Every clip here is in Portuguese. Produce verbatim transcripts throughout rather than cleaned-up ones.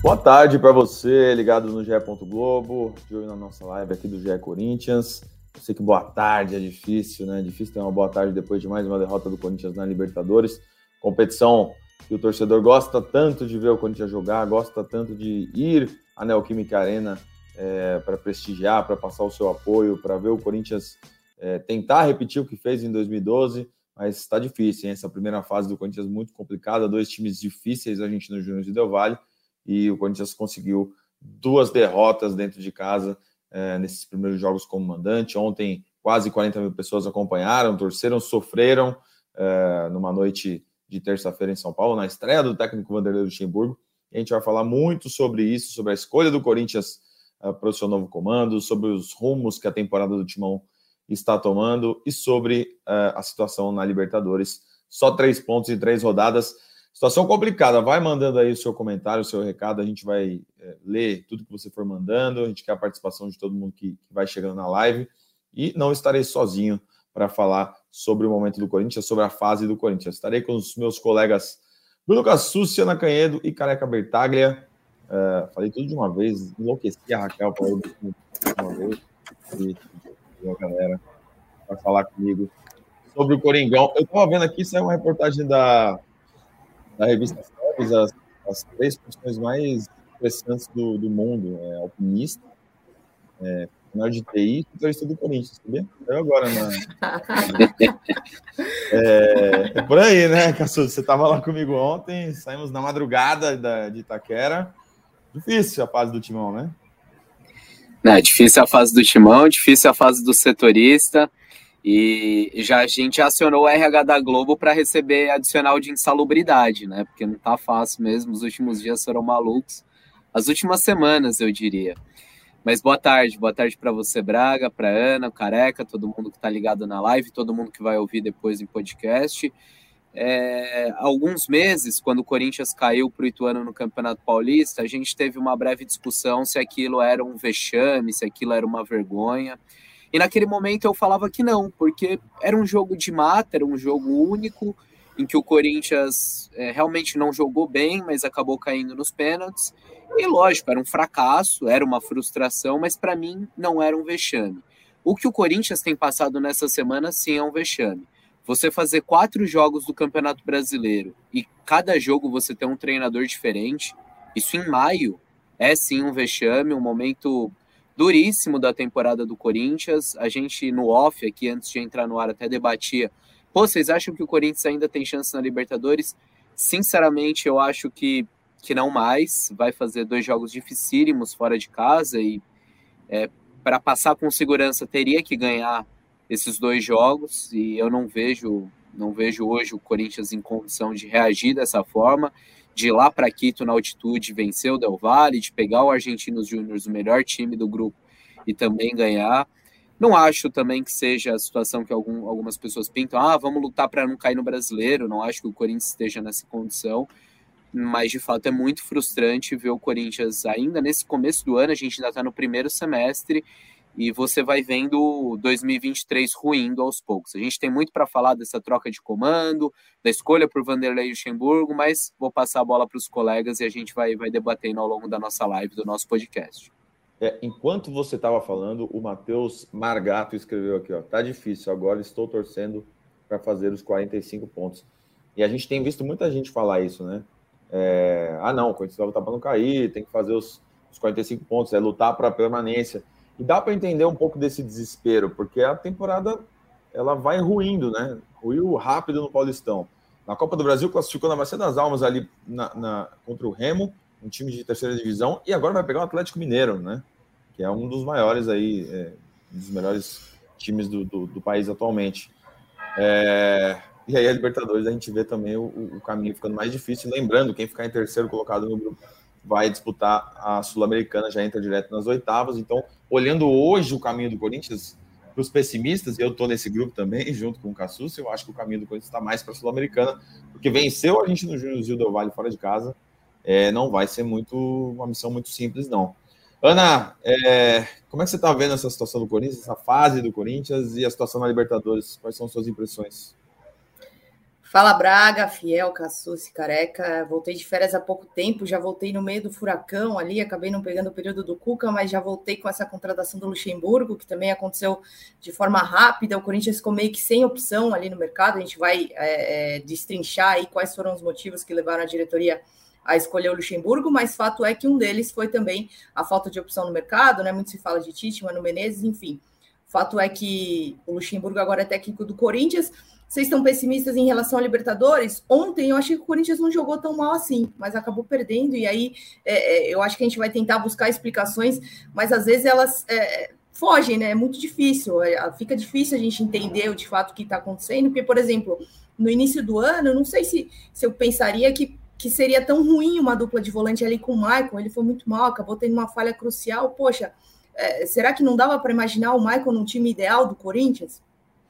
Boa tarde para você, ligado no G E. Globo, de hoje na nossa live aqui do G E Corinthians. Eu sei que boa tarde é difícil, né? Difícil ter uma boa tarde depois de mais uma derrota do Corinthians na Libertadores. Competição que o torcedor gosta tanto de ver o Corinthians jogar, gosta tanto de ir à Neoquímica Arena é, para prestigiar, para passar o seu apoio, para ver o Corinthians é, tentar repetir o que fez em dois mil e doze, mas está difícil, hein? Essa primeira fase do Corinthians muito complicada, dois times difíceis, Argentinos Júnior e Del Valle, e o Corinthians conseguiu duas derrotas dentro de casa é, nesses primeiros jogos como mandante. Ontem, quase quarenta mil pessoas acompanharam, torceram, sofreram é, numa noite de terça-feira em São Paulo, na estreia do técnico Vanderlei Luxemburgo. E a gente vai falar muito sobre isso, sobre a escolha do Corinthians é, para o seu novo comando, sobre os rumos que a temporada do Timão está tomando e sobre é, a situação na Libertadores. Só três pontos em três rodadas. Situação complicada, vai mandando aí o seu comentário, o seu recado, a gente vai é, ler tudo que você for mandando, a gente quer a participação de todo mundo que, que vai chegando na live, e não estarei sozinho para falar sobre o momento do Corinthians, sobre a fase do Corinthians. Estarei com os meus colegas Bruno Cassucci, Ana Canhedo e Careca Bertaglia. Uh, falei tudo de uma vez, enlouqueci a Raquel para de uma vez, e, e a galera vai falar comigo sobre o Coringão. Eu estava vendo aqui, saiu uma reportagem da da revista Forbes, as, as três funções mais interessantes do, do mundo, é alpinista, é, funcionário de T I e turista do Corinthians, sabia? Eu agora, na... é, é por aí, né, Cassucci? Você estava lá comigo ontem, saímos na madrugada da, de Itaquera. Difícil a fase do Timão, né? Não, é difícil a fase do Timão, difícil a fase do setorista. E já a gente acionou o R H da Globo para receber adicional de insalubridade, né? Porque não tá fácil mesmo, os últimos dias foram malucos. As últimas semanas, eu diria. Mas boa tarde, boa tarde para você, Braga, para Ana, Careca, todo mundo que tá ligado na live, todo mundo que vai ouvir depois em podcast. É, há alguns meses, quando o Corinthians caiu para o Ituano no Campeonato Paulista, a gente teve uma breve discussão se aquilo era um vexame, se aquilo era uma vergonha. E naquele momento eu falava que não, porque era um jogo de mata, era um jogo único, em que o Corinthians é, realmente não jogou bem, mas acabou caindo nos pênaltis. E lógico, era um fracasso, era uma frustração, mas para mim não era um vexame. O que o Corinthians tem passado nessa semana, sim, é um vexame. Você fazer quatro jogos do Campeonato Brasileiro e cada jogo você ter um treinador diferente, isso em maio é sim um vexame, um momento duríssimo da temporada do Corinthians. A gente no off aqui, antes de entrar no ar, até debatia, pô, vocês acham que o Corinthians ainda tem chance na Libertadores? Sinceramente, eu acho que, que não mais. Vai fazer dois jogos dificílimos fora de casa e é, para passar com segurança teria que ganhar esses dois jogos, e eu não vejo, não vejo hoje o Corinthians em condição de reagir dessa forma, de ir lá para Quito na altitude, vencer o Del Valle, de pegar o Argentinos Júnior, o melhor time do grupo, e também ganhar. Não acho também que seja a situação que algum, algumas pessoas pintam, ah, vamos lutar para não cair no Brasileiro. Não acho que o Corinthians esteja nessa condição, mas de fato é muito frustrante ver o Corinthians ainda nesse começo do ano, a gente ainda está no primeiro semestre, e você vai vendo dois mil e vinte e três ruindo aos poucos. A gente tem muito para falar dessa troca de comando, da escolha por Vanderlei Luxemburgo, mas vou passar a bola para os colegas e a gente vai, vai debatendo ao longo da nossa live, do nosso podcast. É, enquanto você estava falando, o Matheus Margato escreveu aqui, ó, tá difícil, agora estou torcendo para fazer os quarenta e cinco pontos. E a gente tem visto muita gente falar isso, né? É, ah, não, o Corinthians vai lutar para não cair, tem que fazer os, os quarenta e cinco pontos, é lutar para a permanência. E dá para entender um pouco desse desespero, porque a temporada ela vai ruindo, né? Ruiu rápido no Paulistão. Na Copa do Brasil classificou na Bacia das Almas ali na, na, contra o Remo, um time de terceira divisão, e agora vai pegar o Atlético Mineiro, né? Que é um dos maiores aí, é, um dos melhores times do, do, do país atualmente. É, e aí a Libertadores a gente vê também o, o caminho ficando mais difícil. Lembrando, quem ficar em terceiro colocado no grupo vai disputar a Sul-Americana, já entra direto nas oitavas. Então, olhando hoje o caminho do Corinthians, para os pessimistas, eu estou nesse grupo também, junto com o Cassucci, eu acho que o caminho do Corinthians está mais para a Sul-Americana, porque venceu a Argentinos Júnior e o Del Valle fora de casa, é, não vai ser muito, uma missão muito simples, não. Ana, é, como é que você está vendo essa situação do Corinthians, essa fase do Corinthians e a situação na Libertadores? Quais são as suas impressões? Fala Braga, Fiel, Cassucci, Careca, voltei de férias há pouco tempo, já voltei no meio do furacão ali, acabei não pegando o período do Cuca, mas já voltei com essa contratação do Luxemburgo, que também aconteceu de forma rápida, o Corinthians ficou meio que sem opção ali no mercado, a gente vai é, é, destrinchar aí quais foram os motivos que levaram a diretoria a escolher o Luxemburgo, mas fato é que um deles foi também a falta de opção no mercado, né? Muito se fala de Tite, Mano Menezes, enfim. Fato é que o Luxemburgo agora é técnico do Corinthians. Vocês estão pessimistas em relação à Libertadores? Ontem eu achei que o Corinthians não jogou tão mal assim, mas acabou perdendo, e aí é, eu acho que a gente vai tentar buscar explicações, mas às vezes elas é, fogem, né? É muito difícil, é, fica difícil a gente entender de fato o que está acontecendo, porque, por exemplo, no início do ano, eu não sei se, se eu pensaria que, que seria tão ruim uma dupla de volante ali com o Maicon, ele foi muito mal, acabou tendo uma falha crucial, poxa, é, será que não dava para imaginar o Maicon num time ideal do Corinthians?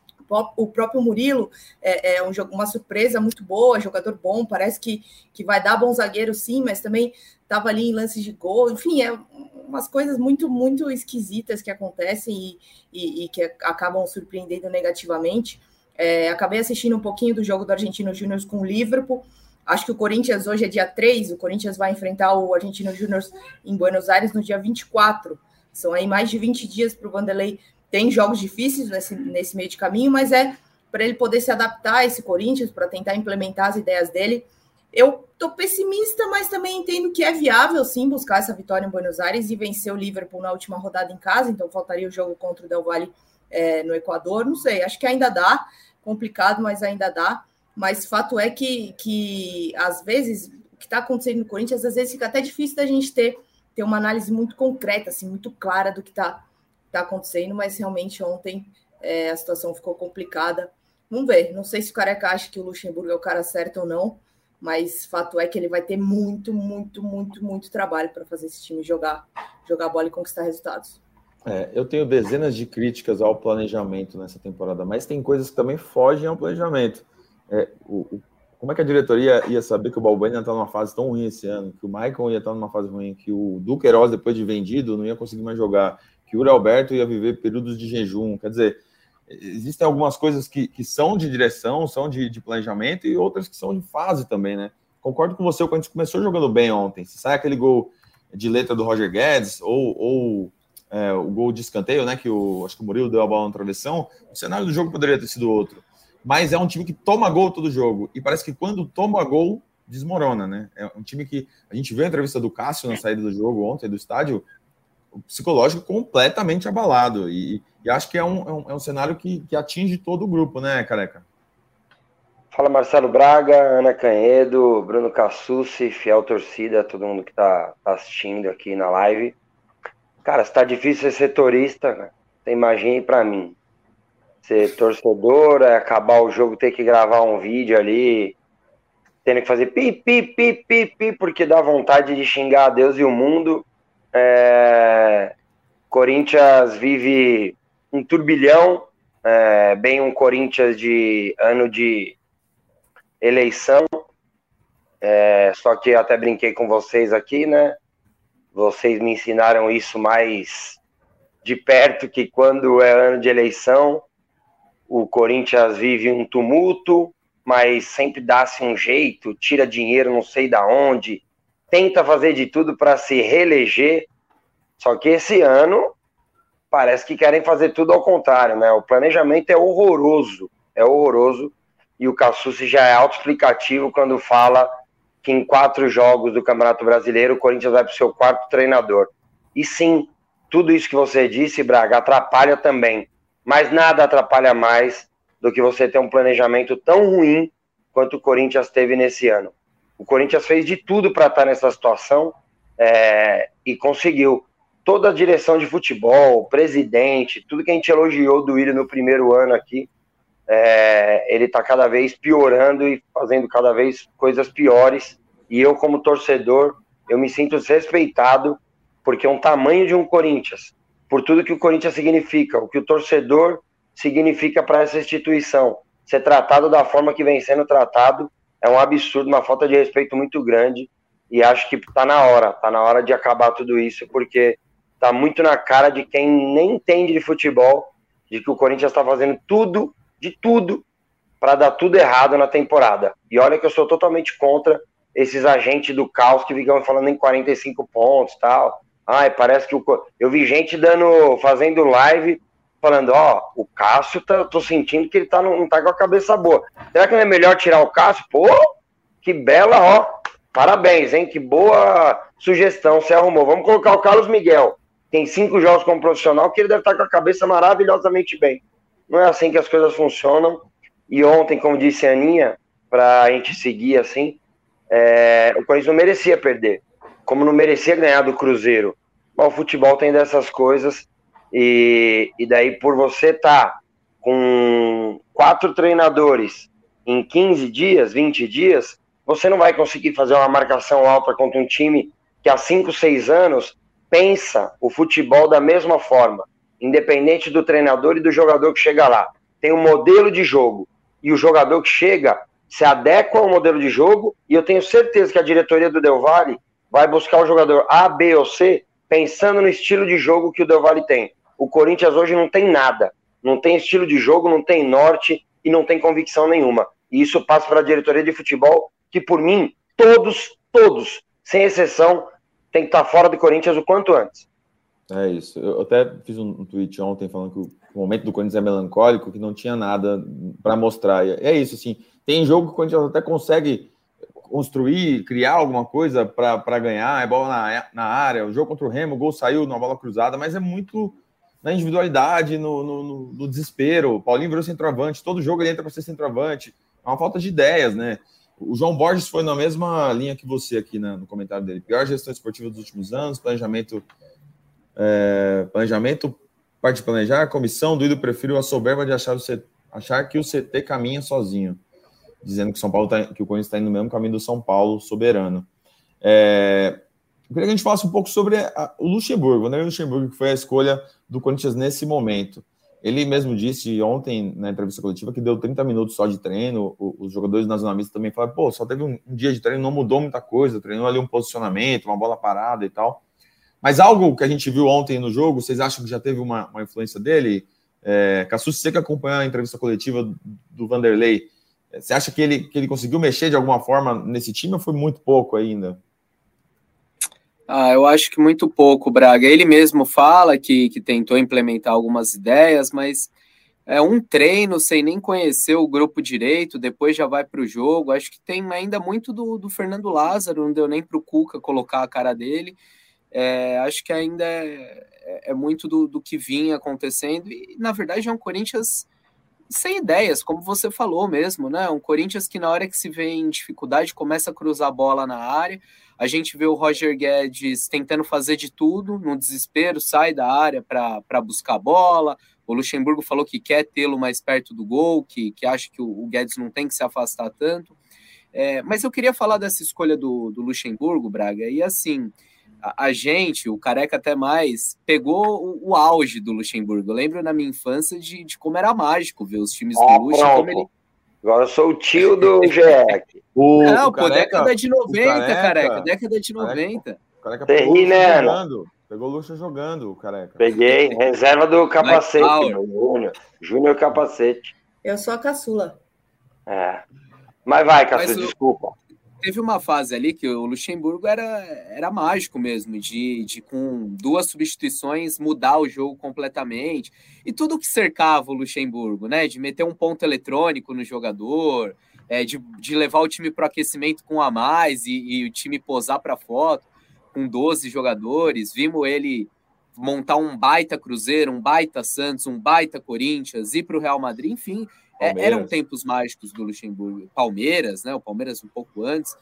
O próprio Murilo é, é um, uma surpresa muito boa, jogador bom, parece que, que vai dar bom zagueiro sim, mas também estava ali em lances de gol, enfim, é umas coisas muito, muito esquisitas que acontecem e, e, e que acabam surpreendendo negativamente. É, acabei assistindo um pouquinho do jogo do Argentino Júnior com o Liverpool, acho que o Corinthians hoje é dia três, o Corinthians vai enfrentar o Argentino Júnior em Buenos Aires no dia vinte e quatro, são aí mais de vinte dias para o Vanderlei. Tem jogos difíceis nesse, nesse meio de caminho, mas é para ele poder se adaptar a esse Corinthians, para tentar implementar as ideias dele. Eu estou pessimista, mas também entendo que é viável, sim, buscar essa vitória em Buenos Aires e vencer o Liverpool na última rodada em casa, então faltaria o jogo contra o Del Valle é, no Equador, não sei, acho que ainda dá, complicado, mas ainda dá, mas fato é que, que às vezes, o que está acontecendo no Corinthians, às vezes fica até difícil da gente ter, ter uma análise muito concreta, assim, muito clara do que está está acontecendo, mas realmente ontem é, a situação ficou complicada. Vamos ver, não sei se o Careca acha que o Luxemburgo é o cara certo ou não, mas fato é que ele vai ter muito, muito, muito, muito trabalho para fazer esse time jogar, jogar bola e conquistar resultados. É, eu tenho dezenas de críticas ao planejamento nessa temporada, mas tem coisas que também fogem ao planejamento. É, o, o, como é que a diretoria ia saber que o Balbuena ia estar numa fase tão ruim esse ano, que o Maicon ia estar numa fase ruim, que o Duqueiroz, depois de vendido, não ia conseguir mais jogar, que o Yuri Alberto ia viver períodos de jejum? Quer dizer, existem algumas coisas que, que são de direção, são de, de planejamento, e outras que são de fase também, né? Concordo com você, quando a gente começou jogando bem ontem, se sai aquele gol de letra do Roger Guedes, ou, ou é, o gol de escanteio, né, que o, acho que o Murilo deu a bola na travessão, o cenário do jogo poderia ter sido outro. Mas é um time que toma gol todo jogo, e parece que quando toma gol, desmorona, né? É um time que, a gente viu a entrevista do Cássio na saída do jogo ontem, do estádio, o psicológico completamente abalado, e, e acho que é um, é um, é um cenário que, que atinge todo o grupo, né, Careca? Fala Marcelo Braga, Ana Canhedo, Bruno Cassucci, fiel torcida, todo mundo que tá, tá assistindo aqui na live. Cara, se tá difícil ser setorista, você imagina aí pra mim. Ser torcedor, é acabar o jogo, ter que gravar um vídeo ali, tendo que fazer pi, pi, pi, pi, pi, porque dá vontade de xingar a Deus e o mundo. É... Corinthians vive um turbilhão, é... bem um Corinthians de ano de eleição, é... só que eu até brinquei com vocês aqui, né? Vocês me ensinaram isso mais de perto, que quando é ano de eleição, o Corinthians vive um tumulto, mas sempre dá-se um jeito, tira dinheiro não sei da onde, tenta fazer de tudo para se reeleger, só que esse ano parece que querem fazer tudo ao contrário, né? O planejamento é horroroso, é horroroso, e o Cassucci já é autoexplicativo quando fala que em quatro jogos do Campeonato Brasileiro o Corinthians vai para o seu quarto treinador. E sim, tudo isso que você disse, Braga, atrapalha também, mas nada atrapalha mais do que você ter um planejamento tão ruim quanto o Corinthians teve nesse ano. O Corinthians fez de tudo para estar nessa situação é, e conseguiu. Toda a direção de futebol, o presidente, tudo que a gente elogiou do Willian no primeiro ano aqui, é, ele está cada vez piorando e fazendo cada vez coisas piores. E eu, como torcedor, eu me sinto desrespeitado, porque é um tamanho de um Corinthians, por tudo que o Corinthians significa, o que o torcedor significa para essa instituição. Ser tratado da forma que vem sendo tratado é um absurdo, uma falta de respeito muito grande, e acho que está na hora, está na hora de acabar tudo isso, porque está muito na cara de quem nem entende de futebol, de que o Corinthians está fazendo tudo, de tudo, para dar tudo errado na temporada. E olha que eu sou totalmente contra esses agentes do caos que ficam falando em quarenta e cinco pontos e tal. Ai, parece que o... Eu vi gente dando, fazendo live, falando, ó, oh, o Cássio, tá, tô sentindo que ele tá, não tá com a cabeça boa. Será que não é melhor tirar o Cássio? Pô, que bela, ó. Parabéns, hein? Que boa sugestão você arrumou. Vamos colocar o Carlos Miguel. Tem cinco jogos como profissional, que ele deve estar com a cabeça maravilhosamente bem. Não é assim que as coisas funcionam. E ontem, como disse a Aninha, pra gente seguir assim, é, o Corinthians não merecia perder. Como não merecia ganhar do Cruzeiro. Bom, o futebol tem dessas coisas. E, e daí, por você estar tá com quatro treinadores em quinze dias, vinte dias, você não vai conseguir fazer uma marcação alta contra um time que há cinco, seis anos pensa o futebol da mesma forma, independente do treinador e do jogador que chega lá. Tem um modelo de jogo, e o jogador que chega se adequa ao modelo de jogo, e eu tenho certeza que a diretoria do Del Valle vai buscar o jogador A, B ou C, pensando no estilo de jogo que o Del Valle tem. O Corinthians hoje não tem nada, não tem estilo de jogo, não tem norte e não tem convicção nenhuma. E isso passa para a diretoria de futebol, que por mim, todos, todos, sem exceção, tem que estar fora do Corinthians o quanto antes. É isso. Eu até fiz um tweet ontem falando que o momento do Corinthians é melancólico, que não tinha nada para mostrar. E é isso, assim. Tem jogo que o Corinthians até consegue construir, criar alguma coisa para ganhar, é bola na, na área. O jogo contra o Remo, o gol saiu numa bola cruzada, mas é muito na individualidade, no, no, no desespero. O Paulinho virou centroavante, todo jogo ele entra para ser centroavante. É uma falta de ideias, né? O João Borges foi na mesma linha que você aqui, né, no comentário dele. Pior gestão esportiva dos últimos anos, planejamento, é, planejamento, parte de planejar, comissão, doído, prefiro a soberba de achar, o C, achar que o C T caminha sozinho, dizendo que, São Paulo tá, que o Corinthians está indo no mesmo caminho do São Paulo, soberano. É, eu queria que a gente falasse um pouco sobre a, o Luxemburgo, né? O Luxemburgo, que foi a escolha do Corinthians nesse momento. Ele mesmo disse ontem, na entrevista coletiva, que deu trinta minutos só de treino. Os jogadores na zona mista também falaram, pô, só teve um dia de treino, não mudou muita coisa, treinou ali um posicionamento, uma bola parada e tal. Mas algo que a gente viu ontem no jogo, vocês acham que já teve uma, uma influência dele? É, Cassus, você que acompanhou a entrevista coletiva do Vanderlei, você acha que ele, que ele conseguiu mexer de alguma forma nesse time ou foi muito pouco ainda? Ah, eu acho que muito pouco, Braga. Ele mesmo fala que, que tentou implementar algumas ideias, mas é um treino sem nem conhecer o grupo direito, depois já vai para o jogo. Acho que tem ainda muito do, do Fernando Lázaro, não deu nem para o Cuca colocar a cara dele. É, acho que ainda é, é muito do, do que vinha acontecendo. E, na verdade, é um Corinthians sem ideias, como você falou mesmo, né? Um Corinthians que na hora que se vê em dificuldade começa a cruzar a bola na área. A gente vê o Roger Guedes tentando fazer de tudo, no desespero, sai da área para buscar a bola. O Luxemburgo falou que quer tê-lo mais perto do gol, que, que acha que o, o Guedes não tem que se afastar tanto. É, mas eu queria falar dessa escolha do, do Luxemburgo, Braga, e assim, a, a gente, o Careca até mais, pegou o, o auge do Luxemburgo. Eu lembro na minha infância de, de como era mágico ver os times ah, do Luxo, como ele... Agora eu sou o tio do G E. O, não, o pô, careca, década de noventa, careca, careca, década de noventa. O Careca pegou o Luxo jogando, pegou o Luxo jogando, o Careca. Peguei, reserva do capacete, Júnior. Júnior capacete. Eu sou a caçula. É. Mas vai, Caçula, desculpa. Teve uma fase ali que o Luxemburgo era, era mágico mesmo, de, de com duas substituições mudar o jogo completamente. E tudo que cercava o Luxemburgo, né? De meter um ponto eletrônico no jogador, é, de, de levar o time para o aquecimento com a mais e, e o time posar para foto com doze jogadores. Vimos ele montar um baita Cruzeiro, um baita Santos, um baita Corinthians, ir para o Real Madrid, enfim... É, eram tempos mágicos do Luxemburgo. Palmeiras, né? O Palmeiras um pouco antes.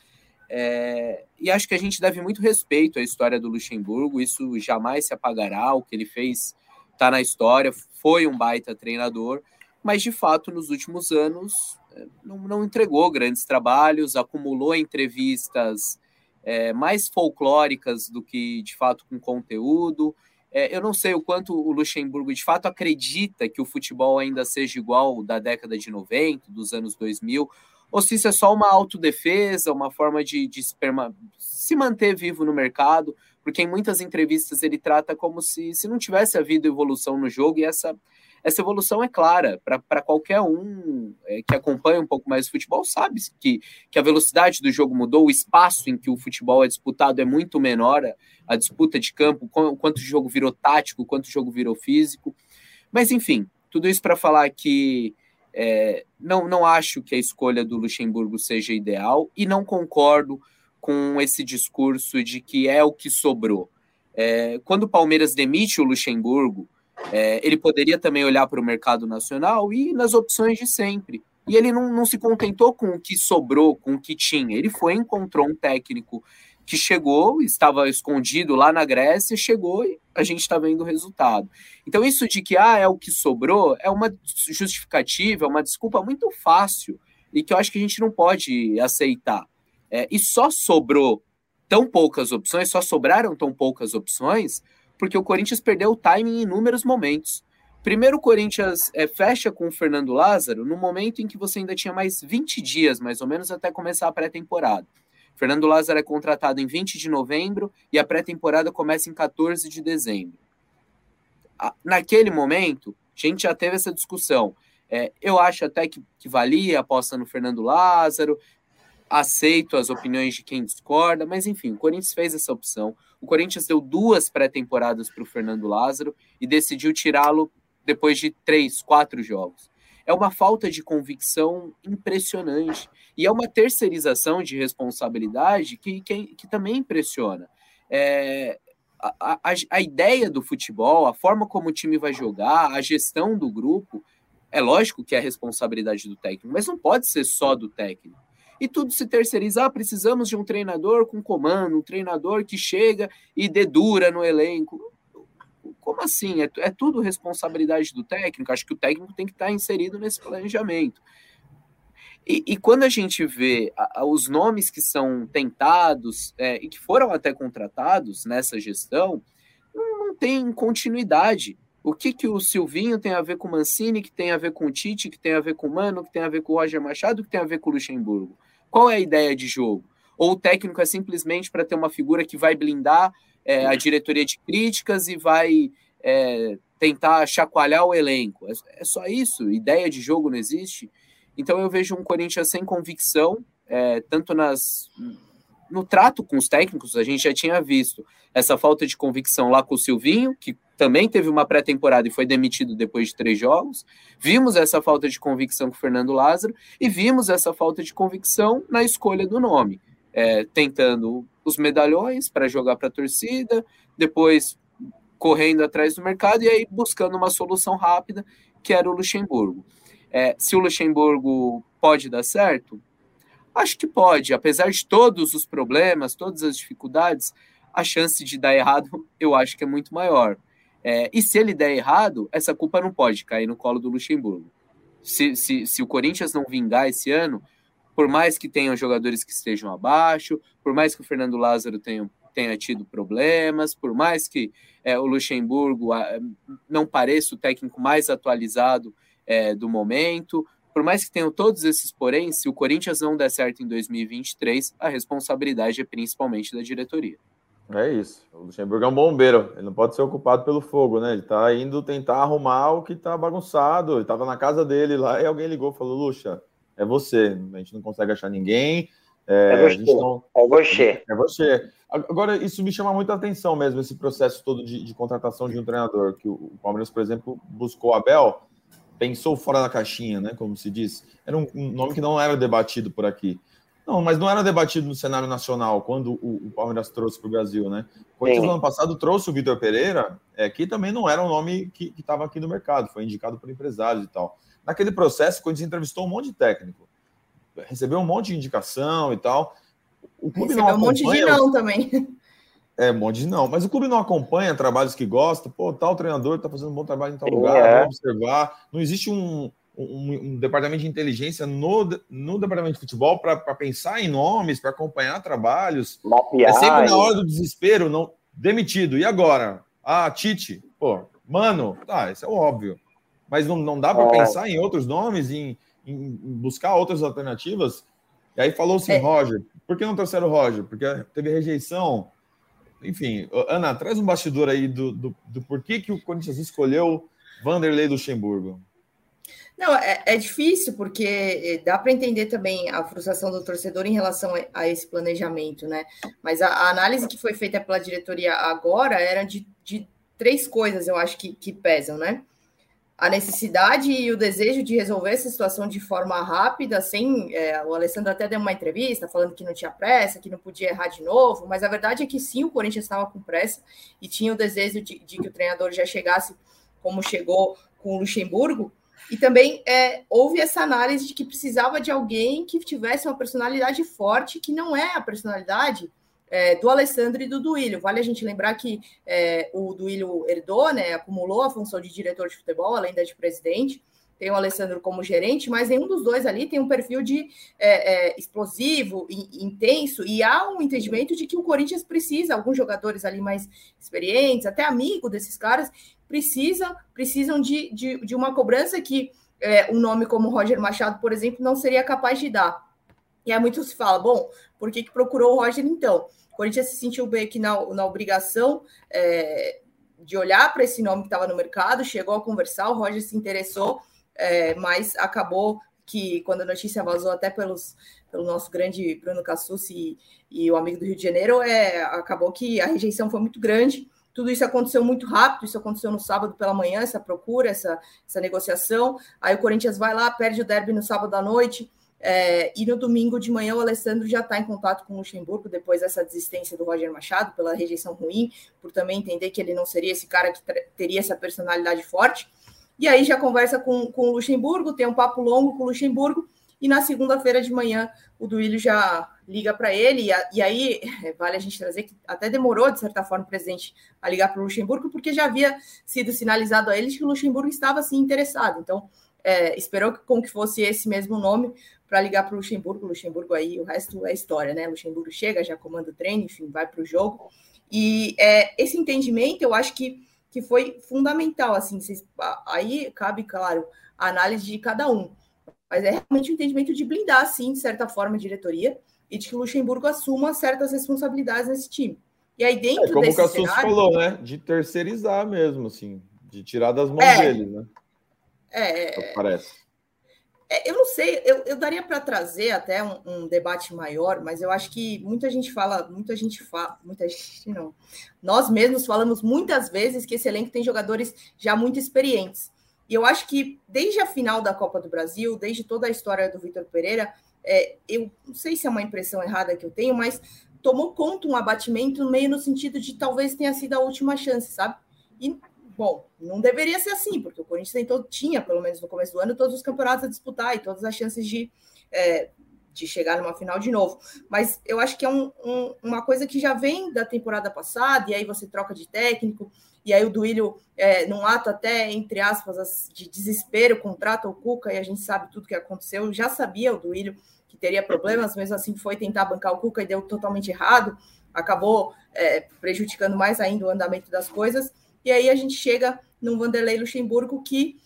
É, e acho que a gente deve muito respeito à história do Luxemburgo. Isso jamais se apagará. O que ele fez está na história. Foi um baita treinador. Mas, de fato, nos últimos anos, não, não entregou grandes trabalhos. Acumulou entrevistas é, mais folclóricas do que, de fato, com conteúdo. É, eu não sei o quanto o Luxemburgo de fato acredita que o futebol ainda seja igual da década de noventa, dos anos dois mil, ou se isso é só uma autodefesa, uma forma de, de esperma, se manter vivo no mercado, porque em muitas entrevistas ele trata como se, se não tivesse havido evolução no jogo, e essa essa evolução é clara para qualquer um é, que acompanha um pouco mais o futebol, sabe que, que a velocidade do jogo mudou, o espaço em que o futebol é disputado é muito menor, a, a disputa de campo, o quanto o jogo virou tático, o quanto o jogo virou físico. Mas, enfim, tudo isso para falar que é, não, não acho que a escolha do Luxemburgo seja ideal e não concordo com esse discurso de que é o que sobrou. É, quando o Palmeiras demite o Luxemburgo, é, ele poderia também olhar para o mercado nacional e ir nas opções de sempre. E ele não, não se contentou com o que sobrou, com o que tinha. Ele foi e encontrou um técnico que chegou, estava escondido lá na Grécia, chegou e a gente está vendo o resultado. Então isso de que ah, é o que sobrou é uma justificativa, é uma desculpa muito fácil e que eu acho que a gente não pode aceitar. É, e só sobrou tão poucas opções, só sobraram tão poucas opções, porque o Corinthians perdeu o timing em inúmeros momentos. Primeiro o Corinthians é, fecha com o Fernando Lázaro no momento em que você ainda tinha mais vinte dias, mais ou menos, até começar a pré-temporada. Fernando Lázaro é contratado em vinte de novembro e a pré-temporada começa em quatorze de dezembro. Naquele momento, a gente já teve essa discussão. É, eu acho até que, que valia a aposta no Fernando Lázaro, aceito as opiniões de quem discorda, mas enfim, o Corinthians fez essa opção. O Corinthians deu duas pré-temporadas para o Fernando Lázaro e decidiu tirá-lo depois de três, quatro jogos. É uma falta de convicção impressionante. E é uma terceirização de responsabilidade que, que, que também impressiona. É, a, a, a ideia do futebol, a forma como o time vai jogar, a gestão do grupo, é lógico que é a responsabilidade do técnico, mas não pode ser só do técnico. E tudo se terceiriza. Ah, precisamos de um treinador com comando, um treinador que chega e dedura no elenco. Como assim? É, é tudo responsabilidade do técnico? Acho que o técnico tem que estar inserido nesse planejamento. E, e quando a gente vê a, a, os nomes que são tentados é, e que foram até contratados nessa gestão, não, não tem continuidade. O que, que o Silvinho tem a ver com o Mancini, que tem a ver com o Tite, que tem a ver com o Mano, que tem a ver com o Roger Machado, que tem a ver com o Luxemburgo? Qual é a ideia de jogo? Ou o técnico é simplesmente para ter uma figura que vai blindar é, a diretoria de críticas e vai é, tentar chacoalhar o elenco? É, é só isso? Ideia de jogo não existe? Então eu vejo um Corinthians sem convicção, é, tanto nas, no trato com os técnicos. A gente já tinha visto essa falta de convicção lá com o Silvinho, que também teve uma pré-temporada e foi demitido depois de três jogos. Vimos essa falta de convicção com o Fernando Lázaro e vimos essa falta de convicção na escolha do nome, é, tentando os medalhões para jogar para a torcida, depois correndo atrás do mercado e aí buscando uma solução rápida, que era o Luxemburgo. É, se o Luxemburgo pode dar certo, acho que pode. Apesar de todos os problemas, todas as dificuldades, a chance de dar errado eu acho que é muito maior. É, e se ele der errado, essa culpa não pode cair no colo do Luxemburgo. Se, se, se o Corinthians não vingar esse ano, por mais que tenham jogadores que estejam abaixo, por mais que o Fernando Lázaro tenha, tenha tido problemas, por mais que é, o Luxemburgo a, não pareça o técnico mais atualizado É, do momento, por mais que tenham todos esses porém, se o Corinthians não der certo em dois mil e vinte e três, a responsabilidade é principalmente da diretoria. É isso, o Luxemburgo é um bombeiro, ele não pode ser ocupado pelo fogo, né? Ele tá indo tentar arrumar o que tá bagunçado, ele tava na casa dele lá e alguém ligou e falou: Luxa, é você, a gente não consegue achar ninguém. É, é você, não... é você. É você. Agora, isso me chama muita atenção mesmo, esse processo todo de, de contratação de um treinador, que o Palmeiras, por exemplo, buscou o Abel, pensou fora da caixinha, né, como se diz. Era um, um nome que não era debatido por aqui. Não, mas não era debatido no cenário nacional, quando o, o Palmeiras trouxe para o Brasil, né? O Corinthians, no ano passado, trouxe o Vitor Pereira, é, que também não era um nome que estava aqui no mercado, foi indicado por empresários e tal. Naquele processo, o Corinthians entrevistou um monte de técnico, recebeu um monte de indicação e tal. O clube recebeu não um monte de não também. É, um monte de não. Mas o clube não acompanha trabalhos que gosta. Pô, tal treinador está fazendo um bom trabalho em tal lugar, é. vamos observar. Não existe um, um, um departamento de inteligência no, no departamento de futebol para pensar em nomes, para acompanhar trabalhos. Mapear, é sempre na hora do desespero, não demitido. E agora? Ah, Tite. Pô, Mano, tá, isso é óbvio. Mas não, não dá para é. pensar em outros nomes, em, em buscar outras alternativas. E aí falou-se em é. Roger. Por que não trouxeram o Roger? Porque teve rejeição. Enfim, Ana, traz um bastidor aí do, do, do porquê que o Corinthians escolheu Vanderlei Luxemburgo. Não, é, é difícil, porque dá para entender também a frustração do torcedor em relação a, a esse planejamento, né? Mas a, a análise que foi feita pela diretoria agora era de, de três coisas, eu acho que, que pesam, né? A necessidade e o desejo de resolver essa situação de forma rápida, sem... É, o Alessandro até deu uma entrevista falando que não tinha pressa, que não podia errar de novo, mas a verdade é que sim, o Corinthians estava com pressa e tinha o desejo de, de que o treinador já chegasse como chegou com o Luxemburgo. E também é, houve essa análise de que precisava de alguém que tivesse uma personalidade forte, que não é a personalidade é, do Alessandro e do Duílio. Vale a gente lembrar que é, o Duílio herdou, né, acumulou a função de diretor de futebol, além da de presidente. Tem o Alessandro como gerente, mas nenhum dos dois ali tem um perfil de é, é, explosivo e intenso, e há um entendimento de que o Corinthians precisa, alguns jogadores ali mais experientes, até amigo desses caras, precisam, precisam de, de, de uma cobrança que é, um nome como Roger Machado, por exemplo, não seria capaz de dar. E aí muito se fala, bom, por que, que procurou o Roger então? O Corinthians se sentiu bem aqui na, na obrigação é, de olhar para esse nome que estava no mercado, chegou a conversar, o Roger se interessou, é, mas acabou que, quando a notícia vazou até pelos, pelo nosso grande Bruno Cassucci e, e o amigo do Rio de Janeiro, é, acabou que a rejeição foi muito grande. Tudo isso aconteceu muito rápido, isso aconteceu no sábado pela manhã, essa procura, essa, essa negociação. Aí o Corinthians vai lá, perde o derby no sábado à noite, é, e no domingo de manhã o Alessandro já está em contato com o Luxemburgo, depois dessa desistência do Roger Machado, pela rejeição ruim, por também entender que ele não seria esse cara que teria essa personalidade forte. E aí já conversa com, com o Luxemburgo, tem um papo longo com o Luxemburgo, e na segunda-feira de manhã o Duílio já liga para ele, e, a, e aí vale a gente trazer que até demorou, de certa forma, o presidente a ligar para o Luxemburgo, porque já havia sido sinalizado a eles que o Luxemburgo estava, assim, interessado. Então, é, esperou com que fosse esse mesmo nome para ligar para o Luxemburgo. O Luxemburgo aí, o resto é história, né? O Luxemburgo chega, já comanda o treino, enfim, vai para o jogo. E é, esse entendimento, eu acho que, que foi fundamental, assim, vocês, aí cabe, claro, a análise de cada um. Mas é realmente um entendimento de blindar, sim, de certa forma, a diretoria e de que o Luxemburgo assuma certas responsabilidades nesse time. E aí, dentro é, como desse o Cassus cenário... falou, né? De terceirizar mesmo, assim. De tirar das mãos é, dele, né? É, parece. É, eu não sei, eu, eu daria para trazer até um, um debate maior, mas eu acho que muita gente fala, muita gente fala, muita gente não. Nós mesmos falamos muitas vezes que esse elenco tem jogadores já muito experientes. E eu acho que desde a final da Copa do Brasil, desde toda a história do Vitor Pereira, é, eu não sei se é uma impressão errada que eu tenho, mas tomou conta um abatimento meio no sentido de talvez tenha sido a última chance, sabe? E, bom, não deveria ser assim, porque o Corinthians tentou, tinha, pelo menos no começo do ano, todos os campeonatos a disputar e todas as chances de, é, de chegar numa final de novo. Mas eu acho que é um, um, uma coisa que já vem da temporada passada, e aí você troca de técnico, e aí o Duílio, é, num ato até, entre aspas, de desespero, contrata o Cuca, e a gente sabe tudo que aconteceu. Já sabia o Duílio que teria problemas, mesmo assim foi tentar bancar o Cuca e deu totalmente errado, acabou é, prejudicando mais ainda o andamento das coisas. E aí a gente chega num Vanderlei Luxemburgo que,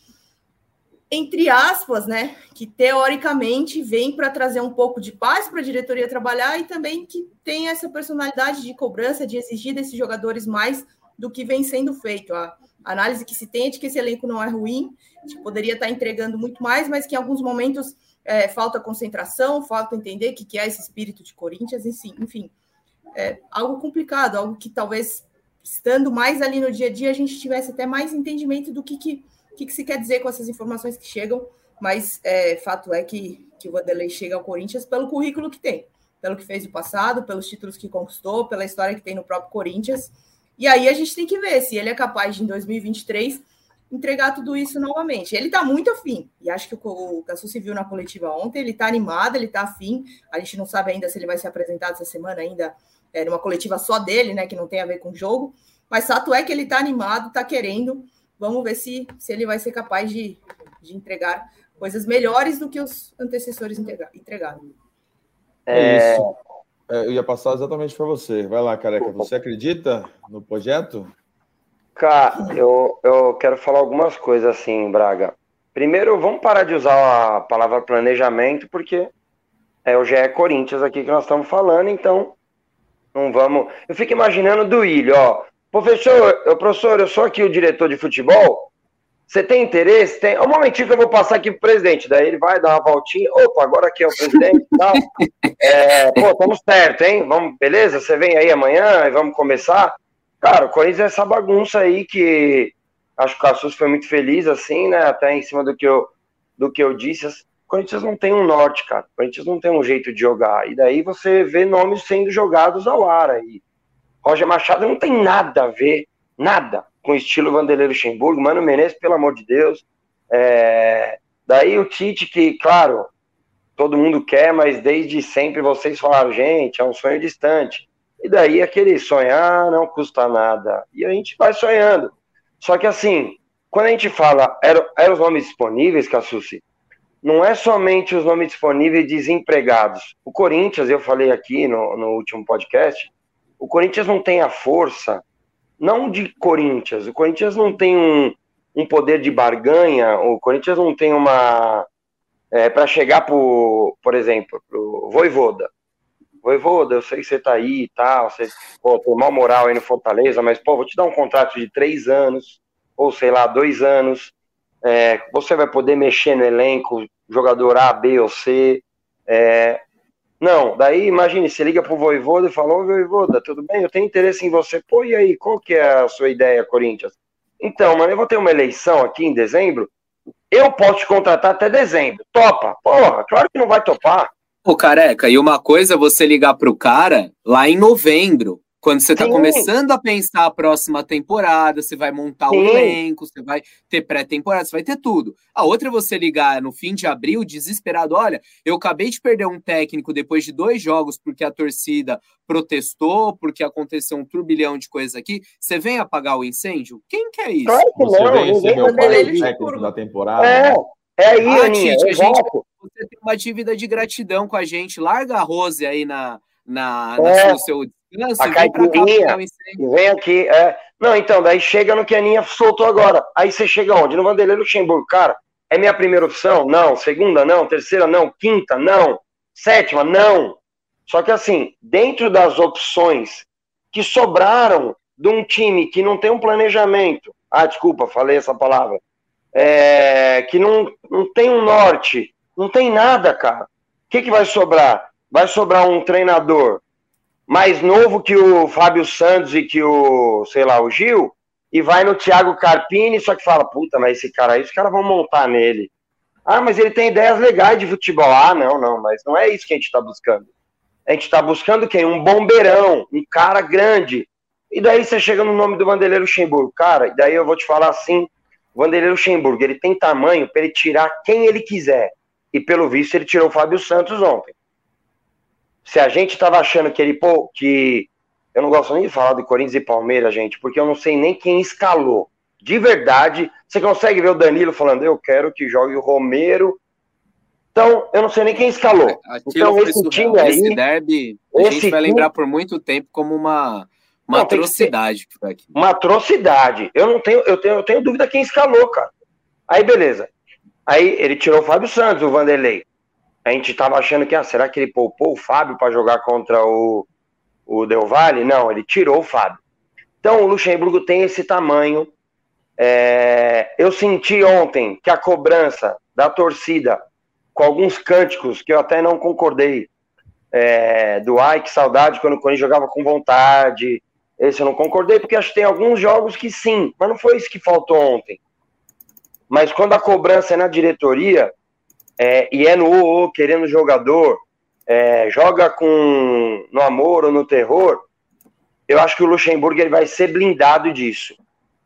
entre aspas, né, que teoricamente vem para trazer um pouco de paz para a diretoria trabalhar e também que tem essa personalidade de cobrança, de exigir desses jogadores mais do que vem sendo feito. A análise que se tem é de que esse elenco não é ruim, que poderia estar entregando muito mais, mas que em alguns momentos é, falta concentração, falta entender o que é esse espírito de Corinthians, enfim, enfim é algo complicado, algo que talvez, estando mais ali no dia a dia, a gente tivesse até mais entendimento do que, que, que, que se quer dizer com essas informações que chegam, mas é, fato é que, que o Vanderlei chega ao Corinthians pelo currículo que tem, pelo que fez no passado, pelos títulos que conquistou, pela história que tem no próprio Corinthians. E aí a gente tem que ver se ele é capaz de, em dois mil e vinte e três, entregar tudo isso novamente. Ele está muito afim, e acho que o Cassucci viu na coletiva ontem, ele está animado, ele está afim, a gente não sabe ainda se ele vai ser apresentado essa semana ainda, é, numa coletiva só dele, né, que não tem a ver com o jogo, mas fato é que ele está animado, está querendo, vamos ver se, se ele vai ser capaz de, de entregar coisas melhores do que os antecessores entregaram. É isso. Eu ia passar exatamente para você. Vai lá, Careca. Você acredita no projeto? Cara, eu, eu quero falar algumas coisas assim, Braga. Primeiro, vamos parar de usar a palavra planejamento, porque é o G E Corinthians aqui que nós estamos falando, então não vamos... Eu fico imaginando o Duílio, ó. Professor, eu, professor, eu sou aqui o diretor de futebol, Você tem interesse? Tem. Um momentinho que eu vou passar aqui pro presidente. Daí ele vai dar uma voltinha. Opa, agora aqui é o presidente e tal. É, pô, estamos certo, hein? Vamos, beleza? Você vem aí amanhã e vamos começar? Cara, o Corinthians é essa bagunça aí que acho que o Cassus foi muito feliz, assim, né? Até em cima do que eu, do que eu disse. O Corinthians não tem um norte, cara. O Corinthians não tem um jeito de jogar. E daí você vê nomes sendo jogados ao ar aí. Roger Machado não tem nada a ver, nada, com o estilo Vanderlei Luxemburgo. Mano Menezes, pelo amor de Deus. É... Daí o Tite, que, claro, todo mundo quer, mas desde sempre vocês falaram, gente, é um sonho distante. E daí aquele sonhar não custa nada. E a gente vai sonhando. Só que assim, quando a gente fala, eram era os nomes disponíveis, Cassucci, não é somente os nomes disponíveis desempregados. O Corinthians, eu falei aqui no, no último podcast, o Corinthians não tem a força, não de Corinthians, o Corinthians não tem um, um poder de barganha, o Corinthians não tem uma... É, para chegar, pro, por exemplo, pro Vojvoda. Vojvoda, eu sei que você tá aí e tal, você pô, tem mal moral aí no Fortaleza, mas pô, vou te dar um contrato de três anos, ou sei lá, dois anos, é, você vai poder mexer no elenco, jogador A, B ou C, é, não, daí imagine, você liga pro Vojvoda e fala, ô Vojvoda, tudo bem? Eu tenho interesse em você. Pô, e aí, qual que é a sua ideia, Corinthians? Então, mano, eu vou ter uma eleição aqui em dezembro, eu posso te contratar até dezembro. Topa? Porra, claro que não vai topar. Pô, Careca, e uma coisa é você ligar pro cara lá em novembro, quando você tá Sim. começando a pensar a próxima temporada, você vai montar o elenco, você vai ter pré-temporada, você vai ter tudo. A outra é você ligar no fim de abril, desesperado, olha, eu acabei de perder um técnico depois de dois jogos porque a torcida protestou, porque aconteceu um turbilhão de coisas aqui, você vem apagar o incêndio? Quem que é isso? Claro que você não, vem ser meu pai técnico da temporada. É, é aí, ah, Aninha, Tite, a gente, você tem uma dívida de gratidão com a gente, larga a Rose aí na, na, é. na, no seu... A caipirinha, vem aqui, é. Não, então, daí chega no que a Aninha soltou agora. Aí você chega onde? No Vanderlei Luxemburgo. Cara, é minha primeira opção? Não. Segunda, não. Terceira, não. Quinta, não. Sétima, não. Só que assim, dentro das opções que sobraram de um time que não tem um planejamento, ah, desculpa, falei essa palavra, é, que não, não tem um norte, não tem nada, cara. O que, que vai sobrar? Vai sobrar um treinador mais novo que o Fábio Santos e que o, sei lá, o Gil, e vai no Thiago Carpini, só que fala, puta, mas esse cara aí, os caras vão montar nele. Ah, mas ele tem ideias legais de futebol. Ah, não, não, mas não é isso que a gente tá buscando. A gente tá buscando quem? Um bombeirão, um cara grande. E daí você chega no nome do Vanderlei Luxemburgo. Cara, e daí eu vou te falar assim, o Vanderlei Luxemburgo, ele tem tamanho para ele tirar quem ele quiser. E pelo visto ele tirou o Fábio Santos ontem. Se a gente tava achando que ele, pô, que... Eu não gosto nem de falar de Corinthians e Palmeiras, gente, porque eu não sei nem quem escalou. De verdade, você consegue ver o Danilo falando, eu quero que jogue o Romero. Então, eu não sei nem quem escalou. Aquilo então, esse surreal. time aí... Esse derby, a esse gente vai time... lembrar por muito tempo como uma, uma não, atrocidade. Que foi aqui. Uma atrocidade. Eu não tenho, eu tenho, eu tenho dúvida quem escalou, cara. Aí, beleza. Aí, ele tirou o Fábio Santos, o Vanderlei. A gente tava achando que, ah, será que ele poupou o Fábio para jogar contra o, o Del Valle? Não, ele tirou o Fábio. Então, o Luxemburgo tem esse tamanho. É... Eu senti ontem que a cobrança da torcida, com alguns cânticos que eu até não concordei, é... do ai, que saudade, quando o Corinthians jogava com vontade. Esse eu não concordei, porque acho que tem alguns jogos que sim, mas não foi isso que faltou ontem. Mas quando a cobrança é na diretoria... É, e é no o, o querendo jogador, é, joga com no amor ou no terror, eu acho que o Luxemburgo ele vai ser blindado disso.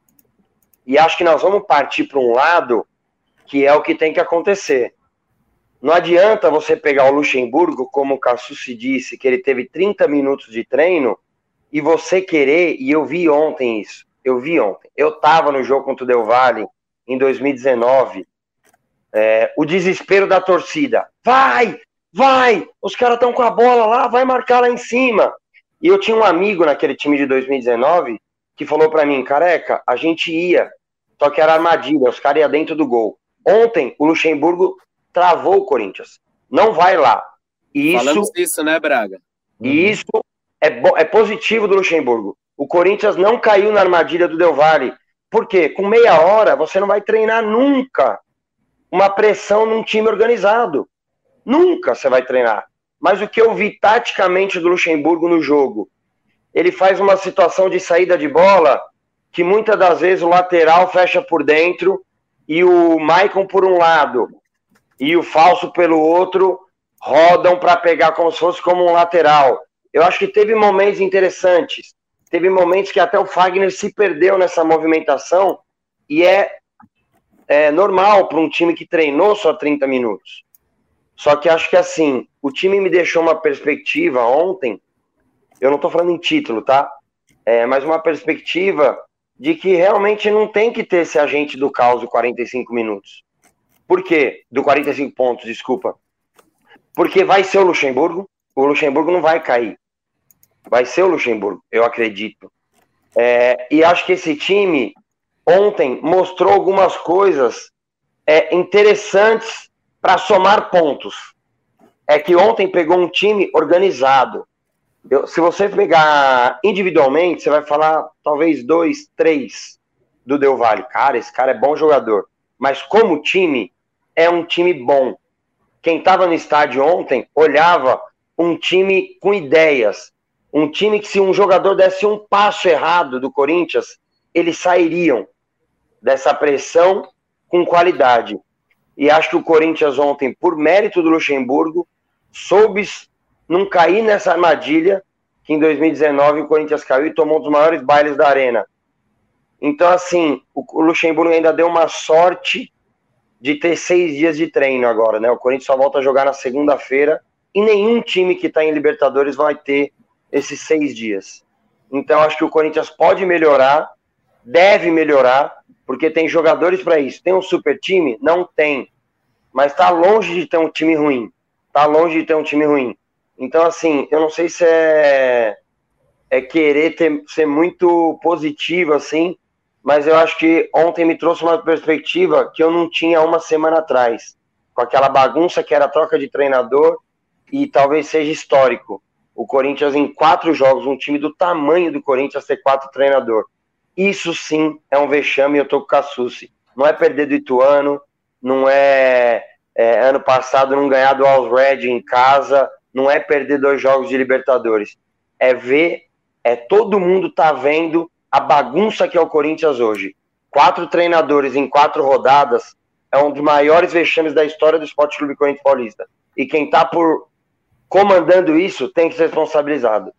E acho que nós vamos partir para um lado que é o que tem que acontecer. Não adianta você pegar o Luxemburgo, como o Cassucci disse, que ele teve trinta minutos de treino, e você querer, e eu vi ontem isso, eu vi ontem, eu estava no jogo contra o Del Valle em dois mil e dezenove, É, o desespero da torcida, vai, vai, os caras estão com a bola lá, vai marcar lá em cima. E eu tinha um amigo naquele time de dois mil e dezenove que falou pra mim, Careca, a gente ia, só que era armadilha, os caras iam dentro do gol. Ontem o Luxemburgo travou o Corinthians, não vai lá. E isso, falamos disso, né, Braga? E uhum. isso é, é positivo do Luxemburgo. O Corinthians não caiu na armadilha do Del Valle Por quê? Com meia hora, você não vai treinar nunca uma pressão num time organizado. Nunca você vai treinar. Mas o que eu vi taticamente do Luxemburgo no jogo, ele faz uma situação de saída de bola que muitas das vezes o lateral fecha por dentro e o Maicon por um lado e o falso pelo outro rodam para pegar como se fosse como um lateral. Eu acho que teve momentos interessantes. Teve momentos que até o Fagner se perdeu nessa movimentação e é, é normal para um time que treinou só trinta minutos. Só que acho que assim, o time me deixou uma perspectiva ontem, eu não estou falando em título, tá? É, mas uma perspectiva de que realmente não tem que ter esse agente do caos de quarenta e cinco minutos. Por quê? Do quarenta e cinco pontos, desculpa. Porque vai ser o Luxemburgo, o Luxemburgo não vai cair. Vai ser o Luxemburgo, eu acredito. É, e acho que esse time ontem mostrou algumas coisas é, interessantes para somar pontos. É que ontem pegou um time organizado. Eu, se você pegar individualmente, você vai falar talvez dois, três do Del Valle. Cara, esse cara é bom jogador. Mas como time, é um time bom. Quem estava no estádio ontem olhava um time com ideias. Um time que se um jogador desse um passo errado do Corinthians, eles sairiam dessa pressão com qualidade. E acho que o Corinthians ontem, por mérito do Luxemburgo, soube não cair nessa armadilha que em dois mil e dezenove o Corinthians caiu e tomou um dos maiores bailes da arena. Então, assim, o Luxemburgo ainda deu uma sorte de ter seis dias de treino agora, né? O Corinthians só volta a jogar na segunda-feira e nenhum time que está em Libertadores vai ter esses seis dias. Então, acho que o Corinthians pode melhorar, deve melhorar, porque tem jogadores para isso. Tem um super time? Não tem. Mas está longe de ter um time ruim. Está longe de ter um time ruim. Então, assim, eu não sei se é, é querer ter, ser muito positivo, assim, mas eu acho que ontem me trouxe uma perspectiva que eu não tinha uma semana atrás. Com aquela bagunça que era a troca de treinador e talvez seja histórico. O Corinthians em quatro jogos, um time do tamanho do Corinthians ter quatro treinadores. Isso sim é um vexame e eu tô com o Cassucci. Não é perder do Ituano, não é, é ano passado não ganhar do Alls Red em casa, não é perder dois jogos de Libertadores. É ver, é todo mundo tá vendo a bagunça que é o Corinthians hoje. Quatro treinadores em quatro rodadas é um dos maiores vexames da história do Esporte Clube Corinthians Paulista. E quem tá por comandando isso tem que ser responsabilizado.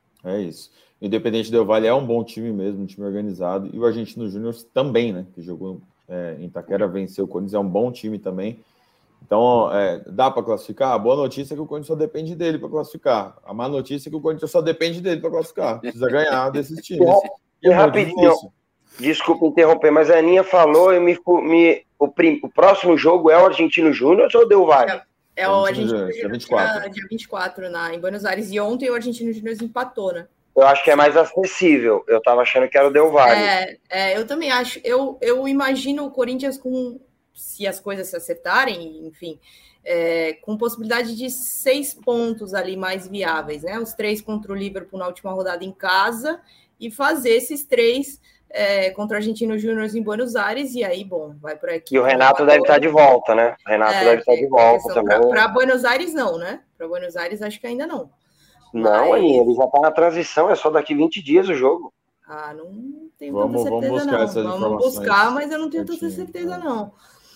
É isso. Independente Del Valle é um bom time mesmo, um time organizado. E o Argentino Júnior também, né? Que jogou é, em Itaquera, venceu o Corinthians, é um bom time também. Então, é, dá para classificar? A boa notícia é que o Corinthians só depende dele para classificar. A má notícia é que o Corinthians só depende dele para classificar. Precisa ganhar desses times. E é rapidinho, desculpa interromper, mas a Aninha falou, eu me, me, o, prim, o próximo jogo é o Argentino Júnior ou o Del Valle? É, é o Argentino Júnior, dia vinte e quatro. Dia vinte e quatro na, em Buenos Aires. E ontem o Argentino Júnior empatou, né? Eu acho que é mais acessível. Eu tava achando que era o Del Valle. É, é, eu também acho. Eu, eu imagino o Corinthians com, se as coisas se acertarem, enfim, é, com possibilidade de seis pontos ali mais viáveis, né? Os três contra o Liverpool na última rodada em casa e fazer esses três é, contra o Argentino Júnior em Buenos Aires. E aí, bom, vai por aqui. E o Renato deve estar de volta, né? O Renato é, deve estar de volta também. Para Buenos Aires, não, né? Para Buenos Aires, acho que ainda não. Não, Mas... Aninha, ele já tá na transição, é só daqui vinte dias o jogo. Ah, não tenho vamos, tanta certeza, vamos não. Vamos buscar, mas eu não tenho tanta certeza, não.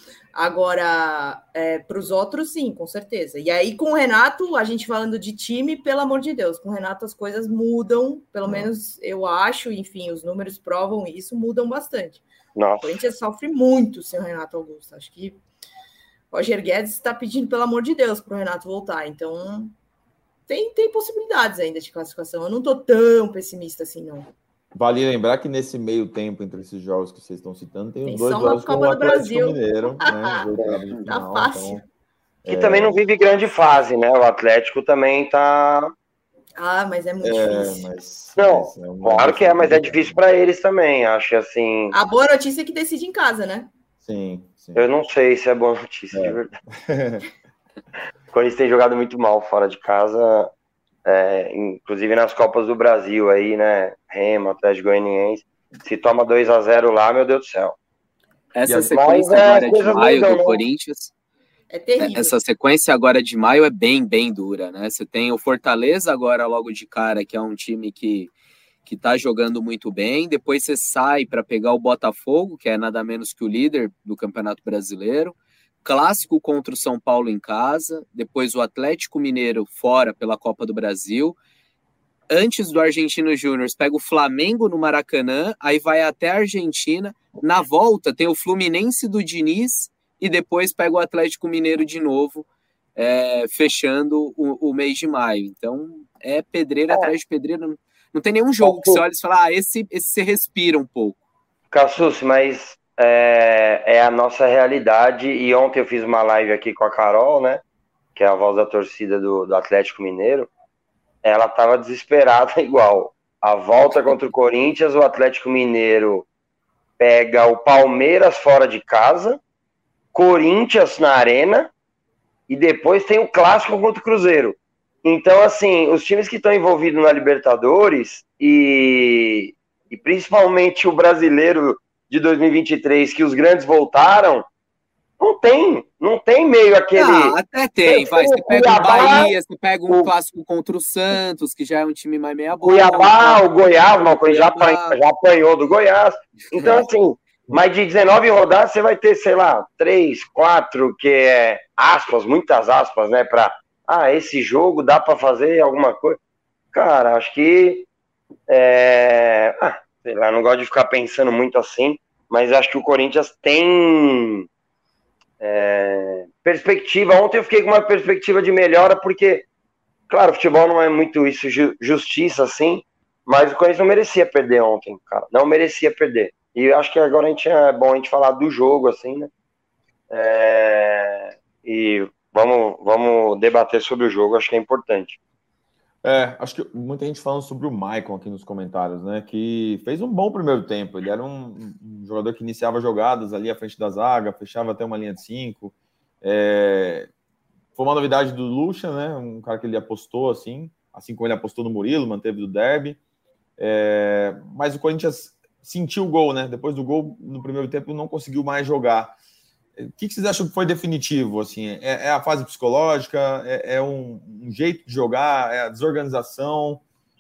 Agora, é, para os outros, sim, com certeza. E aí, com o Renato, a gente falando de time, pelo amor de Deus, com o Renato as coisas mudam, pelo Nossa. menos eu acho, enfim, os números provam isso, mudam bastante. Nossa. O Corinthians sofre muito sem o Renato Augusto. Acho que o Roger Guedes está pedindo, pelo amor de Deus, para o Renato voltar. Então... Tem, tem possibilidades ainda de classificação. Eu não estou tão pessimista assim, não. Vale lembrar que nesse meio tempo, entre esses jogos que vocês estão citando, tem, tem os dois só jogos com o Atlético Brasil. Mineiro, né? Tá fácil. Então, que é... também não vive grande fase, né? O Atlético também tá... Ah, mas é muito é, difícil. Mas, não, mas é claro que é, mas é difícil para eles também, acho assim... A boa notícia é que decide em casa, né? Sim, sim. Eu não sei se é boa notícia, é. de verdade. Quando eles têm jogado muito mal fora de casa... É, inclusive nas Copas do Brasil aí, né? Remo, Atlético Goianiense. Se toma dois a zero lá, meu Deus do céu. Essa sequência é, agora de maio mudam, do né? Corinthians... É terrível. Essa sequência agora de maio é bem, bem dura, né? Você tem o Fortaleza agora logo de cara, que é um time que, que tá jogando muito bem. Depois você sai para pegar o Botafogo, que é nada menos que o líder do Campeonato Brasileiro. Clássico contra o São Paulo em casa. Depois o Atlético Mineiro fora pela Copa do Brasil. Antes do Argentino Júnior, pega o Flamengo no Maracanã, aí vai até a Argentina. Na volta tem o Fluminense do Diniz e depois pega o Atlético Mineiro de novo, é, fechando o, o mês de maio. Então, é pedreira é. atrás de pedreira. Não, não tem nenhum jogo que você olha e fala, ah, esse, esse você respira um pouco. Cassucci, mas é, é a nossa realidade. E ontem eu fiz uma live aqui com a Carol, né? Que é a voz da torcida do, do Atlético Mineiro. Ela estava desesperada igual. A volta contra o Corinthians, o Atlético Mineiro pega o Palmeiras fora de casa, Corinthians na Arena, e depois tem o Clássico contra o Cruzeiro. Então, assim, os times que estão envolvidos na Libertadores, e, e principalmente o Brasileiro de dois mil e vinte e três, que os grandes voltaram, não tem, não tem meio aquele... Ah, até tem, vai, você pega o Bahia, você pega um o... clássico contra o Santos, que já é um time mais meia boa. Cuiabá, o Goiás, não, o já, apanhou, já apanhou do Goiás. Então, assim, mais de dezenove rodadas, você vai ter, sei lá, três, quatro, que é aspas, muitas aspas, né, pra, ah, esse jogo dá pra fazer alguma coisa. Cara, acho que, é... ah, sei lá, não gosto de ficar pensando muito assim, mas acho que o Corinthians tem... É, perspectiva. Ontem eu fiquei com uma perspectiva de melhora, porque, claro, o futebol não é muito isso, ju- justiça assim, mas o Corinthians não merecia perder ontem, cara, não merecia perder. E acho que agora a gente é bom a gente falar do jogo, assim, né? É, e vamos, vamos debater sobre o jogo, acho que é importante. É, acho que muita gente falando sobre o Maicon aqui nos comentários, né? Que fez um bom primeiro tempo. Ele era um, um jogador que iniciava jogadas ali à frente da zaga, fechava até uma linha de cinco. É, foi uma novidade do Lucha, né? Um cara que ele apostou, assim, assim como ele apostou no Murilo, manteve do derby. É, mas o Corinthians sentiu o gol, né? Depois do gol, no primeiro tempo, não conseguiu mais jogar. O que, que vocês acham que foi definitivo? Assim, é, é a fase psicológica? É, é um, um jeito de jogar? É a desorganização?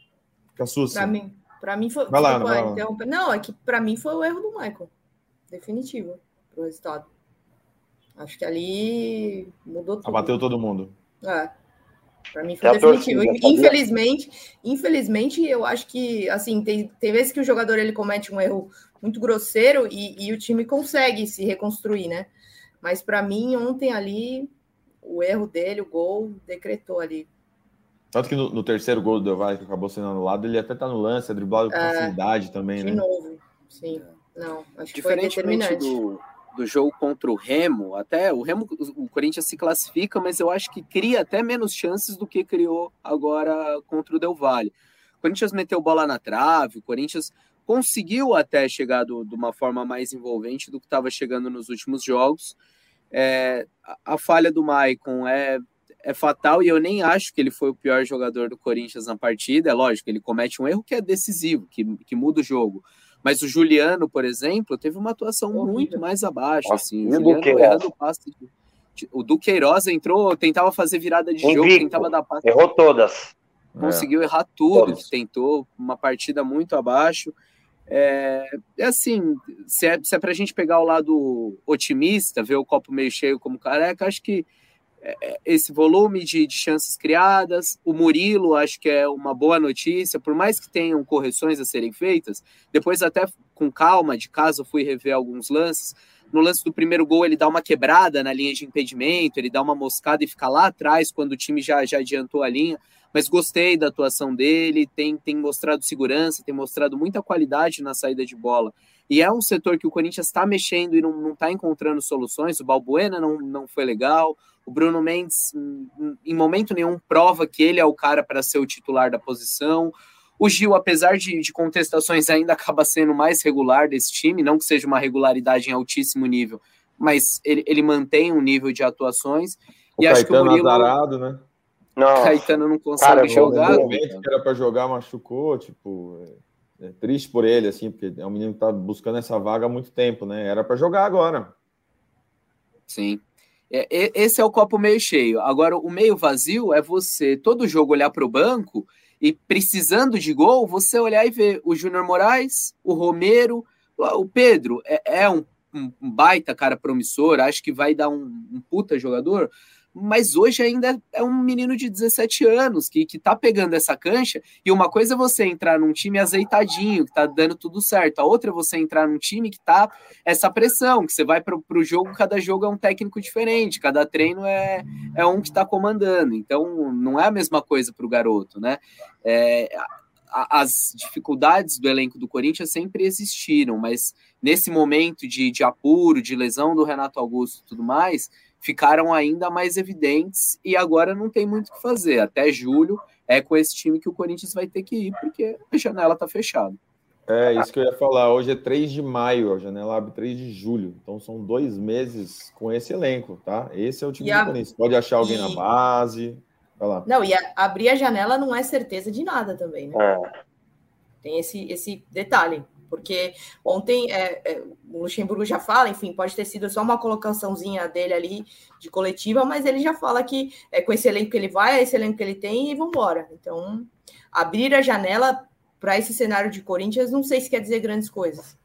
Para mim, para mim foi. Vai lá, foi vai lá. Interromper. Não, é que para mim foi o erro do Maicon. Definitivo pro resultado. Acho que ali mudou tudo. Abateu todo mundo. É. Para mim foi é definitivo. Torcida, infelizmente, infelizmente, eu acho que assim, tem, tem vezes que o jogador ele comete um erro muito grosseiro e, e o time consegue se reconstruir, né? Mas para mim, ontem ali, o erro dele, o gol, decretou ali. Tanto que no, no terceiro gol do Del Valle, que acabou sendo anulado, ele até tá no lance, é driblado com é, facilidade também, de né? De novo, sim. Não, acho que Diferentemente foi determinante. Do, do jogo contra o Remo, até o Remo, o Corinthians se classifica, mas eu acho que cria até menos chances do que criou agora contra o Del Valle. O Corinthians meteu bola na trave, o Corinthians conseguiu até chegar do, de uma forma mais envolvente do que estava chegando nos últimos jogos. É, a, a falha do Maicon é, é fatal e eu nem acho que ele foi o pior jogador do Corinthians na partida. É lógico, ele comete um erro que é decisivo, que, que muda o jogo. Mas o Juliano, por exemplo, teve uma atuação horrível, muito mais abaixo. Nossa, assim, o Juliano errando o passe. De, de, o Duqueiroz entrou, tentava fazer virada de Invicto, jogo, tentava dar passe. Errou todas. Conseguiu é. errar tudo todas. Que tentou, uma partida muito abaixo. É, é assim, se é, se é pra gente pegar o lado otimista, ver o copo meio cheio como Careca, acho que é, esse volume de, de chances criadas, o Murilo acho que é uma boa notícia, por mais que tenham correções a serem feitas, depois até com calma, de casa eu fui rever alguns lances, no lance do primeiro gol ele dá uma quebrada na linha de impedimento, ele dá uma moscada e fica lá atrás quando o time já, já adiantou a linha, mas gostei da atuação dele, tem, tem mostrado segurança, tem mostrado muita qualidade na saída de bola. E é um setor que o Corinthians está mexendo e não está encontrando soluções. O Balbuena não, não foi legal. O Bruno Mendes, em momento nenhum, prova que ele é o cara para ser o titular da posição. O Gil, apesar de, de contestações, ainda acaba sendo mais regular desse time. Não que seja uma regularidade em altíssimo nível, mas ele, ele mantém um nível de atuações. O e Caetano acho que o Murilo... azarado, né? Nossa. Caetano não consegue cara, jogar. O momento que era para jogar machucou, tipo... é triste por ele, assim, porque é um menino que tá buscando essa vaga há muito tempo, né? Era para jogar agora. Sim. É, esse é o copo meio cheio. Agora, o meio vazio é você, todo jogo, olhar para o banco e, precisando de gol, você olhar e ver o Júnior Moraes, o Romero, o Pedro. É, é um, um baita cara promissor, acho que vai dar um, um puta jogador, mas hoje ainda é um menino de dezessete anos que, que tá pegando essa cancha, e uma coisa é você entrar num time azeitadinho, que tá dando tudo certo, a outra é você entrar num time que tá essa pressão, que você vai pro, pro jogo, cada jogo é um técnico diferente, cada treino é, é um que tá comandando, então não é a mesma coisa pro garoto, né? É, as dificuldades do elenco do Corinthians sempre existiram, mas nesse momento de, de apuro, de lesão do Renato Augusto e tudo mais, ficaram ainda mais evidentes e agora não tem muito o que fazer. Até julho é com esse time que o Corinthians vai ter que ir, porque a janela está fechada. É, isso que eu ia falar. Hoje é três de maio, a janela abre três de julho. Então são dois meses com esse elenco, tá? Esse é o time e do a... Corinthians. Pode achar alguém e... na base. Vai lá. Não, e a... abrir a janela não é certeza de nada também, né? É. Tem esse, esse detalhe. Porque ontem é, é, o Luxemburgo já fala, enfim, pode ter sido só uma colocaçãozinha dele ali de coletiva, mas ele já fala que é com esse elenco que ele vai, é esse elenco que ele tem e vamos embora. Então, abrir a janela para esse cenário de Corinthians, não sei se quer dizer grandes coisas.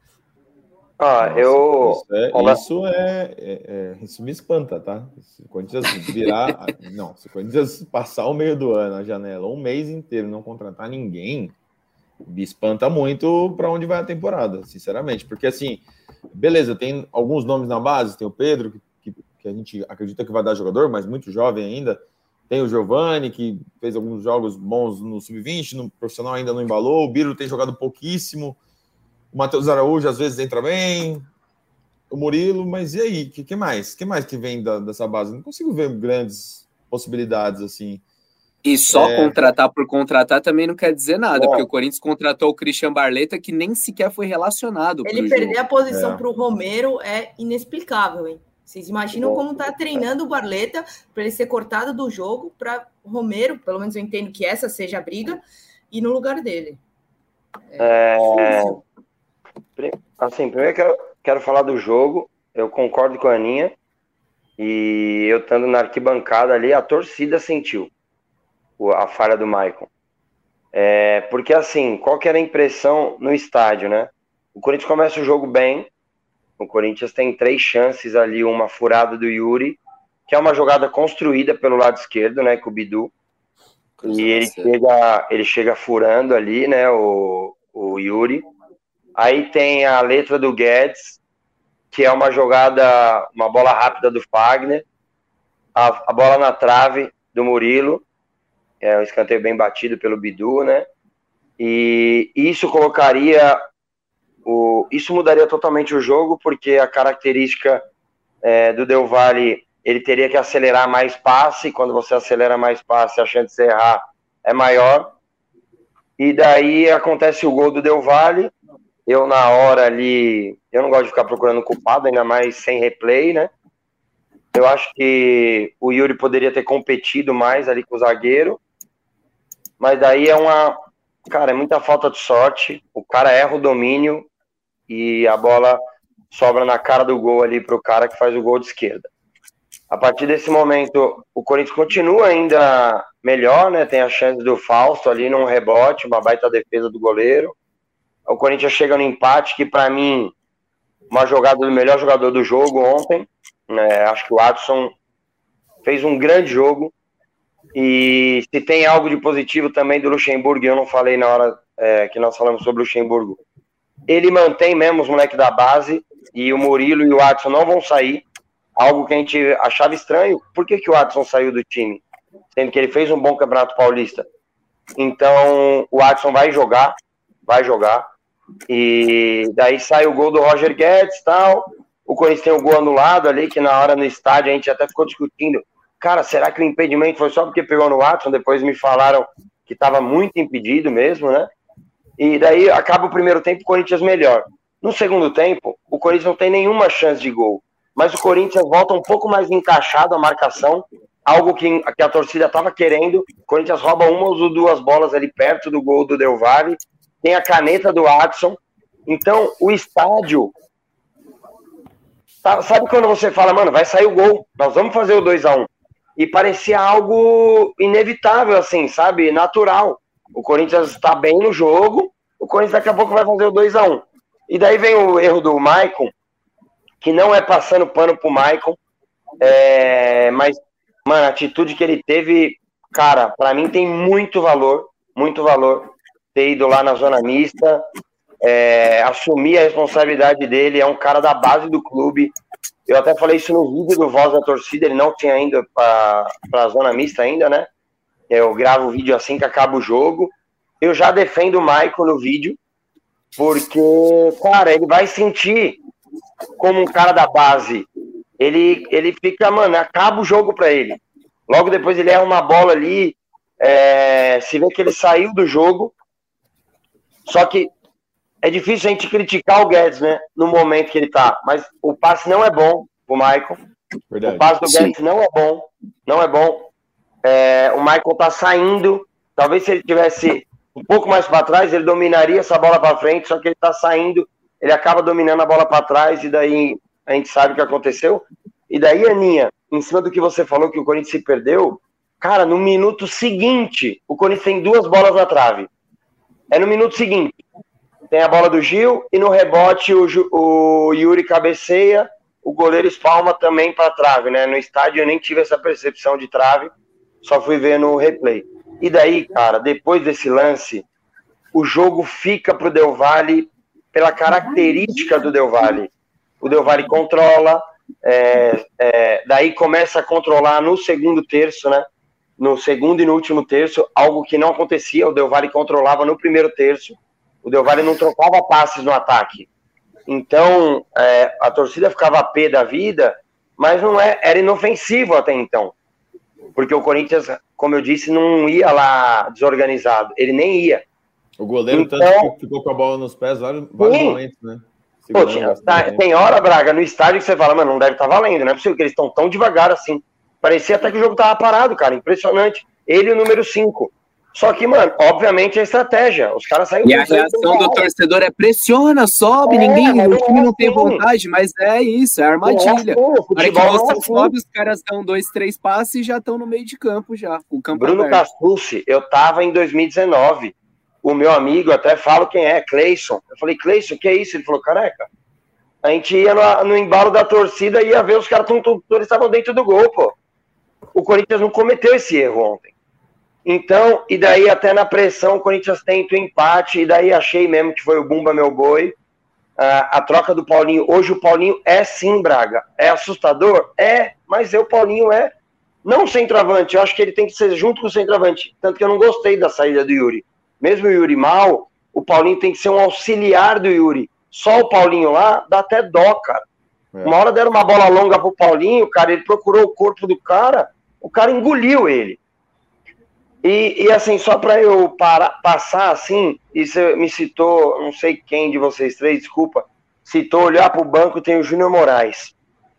Ah, eu... Isso é, isso, é, é, é, isso me espanta, tá? Se o Corinthians virar... não, se o Corinthians passar o meio do ano, a janela, um mês inteiro, não contratar ninguém... me espanta muito para onde vai a temporada, sinceramente, porque assim, beleza, tem alguns nomes na base, tem o Pedro, que, que a gente acredita que vai dar jogador, mas muito jovem ainda, tem o Giovani, que fez alguns jogos bons no sub vinte, no profissional ainda não embalou, o Biro tem jogado pouquíssimo, o Matheus Araújo às vezes entra bem, o Murilo, mas e aí, o que, que mais? O que mais que vem da, dessa base? Não consigo ver grandes possibilidades, assim. E só é... contratar por contratar também não quer dizer nada, Bom, porque o Corinthians contratou o Christian Barleta, que nem sequer foi relacionado. Ele perder jogo. a posição é. para o Romero é inexplicável, hein? Vocês imaginam Bom, como tá treinando o Barleta para ele ser cortado do jogo para o Romero, pelo menos eu entendo que essa seja a briga, e no lugar dele. É... É... Assim, primeiro quero, quero falar do jogo, eu concordo com a Aninha, e eu estando na arquibancada ali, a torcida sentiu a falha do Maicon. É, porque assim, qual que era a impressão no estádio, né? O Corinthians começa o jogo bem, o Corinthians tem três chances ali, uma furada do Yuri, que é uma jogada construída pelo lado esquerdo, né, com o Bidu, e ele chega, ele chega furando ali, né, o, o Yuri. Aí tem a letra do Guedes, que é uma jogada, uma bola rápida do Fagner, a, a bola na trave do Murilo, é um escanteio bem batido pelo Bidu, né? E isso colocaria, o, isso mudaria totalmente o jogo, porque a característica é, do Del Valle, ele teria que acelerar mais passe, quando você acelera mais passe, a chance de você errar é maior. E daí acontece o gol do Del Valle, eu na hora ali, eu não gosto de ficar procurando culpado, ainda mais sem replay, né? Eu acho que o Yuri poderia ter competido mais ali com o zagueiro, mas daí é uma... Cara, é muita falta de sorte. O cara erra o domínio e a bola sobra na cara do gol ali pro cara que faz o gol de esquerda. A partir desse momento, o Corinthians continua ainda melhor, né? Tem a chance do Fausto ali num rebote, uma baita defesa do goleiro. O Corinthians chega no empate, que para mim, uma jogada do melhor jogador do jogo ontem. Né? Acho que o Adson fez um grande jogo. E se tem algo de positivo também do Luxemburgo, eu não falei na hora é, que nós falamos sobre o Luxemburgo, ele mantém mesmo os moleques da base, e o Murilo e o Adson não vão sair, algo que a gente achava estranho. Por que, que o Adson saiu do time? Sendo que ele fez um bom Campeonato Paulista. Então o Adson vai jogar, vai jogar, e daí sai o gol do Roger Guedes e tal. O Corinthians tem o gol anulado ali, que na hora no estádio a gente até ficou discutindo. Cara, será que o impedimento foi só porque pegou no Watson? Depois me falaram que estava muito impedido mesmo, né? E daí acaba o primeiro tempo, o Corinthians melhor. No segundo tempo, o Corinthians não tem nenhuma chance de gol. Mas o Corinthians volta um pouco mais encaixado a marcação, algo que, que a torcida estava querendo. O Corinthians rouba uma ou duas bolas ali perto do gol do Del Valle. tem a caneta do Adson. Então, o estádio... Tá, sabe quando você fala, mano, vai sair o gol, nós vamos fazer o dois a um. E parecia algo inevitável, assim, sabe? Natural. O Corinthians está bem no jogo, o Corinthians daqui a pouco vai fazer o dois a um. E daí vem o erro do Maicon, que não é passando pano pro Maicon, é, mas, mano, a atitude que ele teve, cara, pra mim tem muito valor, muito valor ter ido lá na zona mista, é, assumir a responsabilidade dele, é um cara da base do clube. Eu até falei isso no vídeo do Voz da Torcida, ele não tinha ido pra, pra zona mista ainda, né? Eu gravo o vídeo assim que acaba o jogo. Eu já defendo o Maicon no vídeo, porque, cara, ele vai sentir como um cara da base. Ele, ele fica, mano, acaba o jogo pra ele. Logo depois ele erra uma bola ali, é, se vê que ele saiu do jogo. Só que é difícil a gente criticar o Guedes, né, no momento que ele tá. Mas o passe não é bom pro Maicon. Verdade. O passe do Sim. Guedes não é bom. Não é bom. É, o Maicon tá saindo. Talvez se ele tivesse um pouco mais para trás, ele dominaria essa bola para frente, só que ele tá saindo, ele acaba dominando a bola para trás, e daí a gente sabe o que aconteceu. E daí, Aninha, em cima do que você falou, que o Corinthians se perdeu, cara, no minuto seguinte, o Corinthians tem duas bolas na trave. É no minuto seguinte. Tem a bola do Gil, e no rebote o, o Yuri cabeceia, o goleiro espalma também para trave, né? No estádio eu nem tive essa percepção de trave, só fui ver no replay. E daí, cara, depois desse lance, o jogo fica pro Del Valle pela característica do Del Valle. O Del Valle controla, é, é, daí começa a controlar no segundo terço, né? No segundo e no último terço, algo que não acontecia, o Del Valle controlava no primeiro terço, o Del Valle não trocava passes no ataque. Então, é, a torcida ficava a pé da vida, mas não é, era inofensivo até então. Porque o Corinthians, como eu disse, não ia lá desorganizado. Ele nem ia. O goleiro então, tanto que ficou com a bola nos pés vários, vários momentos, né? Pô, tinha, tá, tem hora, Braga, no estádio que você fala, mano, não deve estar tá valendo, não é possível que eles estão tão devagar assim. Parecia até que o jogo tava parado, cara, impressionante. Ele e o número cinco. Só que, mano, obviamente é estratégia. Os caras saíram... E a reação do torcedor é pressiona, sobe, é, ninguém, o time não tem vontade, mas é isso, é armadilha. Para é, que você é sobe, os caras dão dois, três passes e já estão no meio de campo já. O campo Bruno Cassucci, eu tava em dois mil e dezenove. O meu amigo, até falo quem é, Cleison. Eu falei, Cleison, o que é isso? Ele falou, careca, a gente ia no, no embalo da torcida e ia ver os caras, todos estavam dentro do gol, pô. O Corinthians não cometeu esse erro ontem. Então, e daí até na pressão o Corinthians tenta o empate, e daí achei mesmo que foi o Bumba meu boi, a, a troca do Paulinho. Hoje o Paulinho é sim, Braga, é assustador? É, mas o Paulinho é não centroavante, eu acho que ele tem que ser junto com o centroavante, tanto que eu não gostei da saída do Yuri. Mesmo o Yuri mal, o Paulinho tem que ser um auxiliar do Yuri. Só o Paulinho lá dá até dó, cara. É. Uma hora deram uma bola longa pro Paulinho, cara, ele procurou o corpo do cara, o cara engoliu ele. E, e assim, só para eu para, passar assim, e você me citou, não sei quem de vocês três, desculpa, citou olhar para o banco, tem o Júnior Moraes.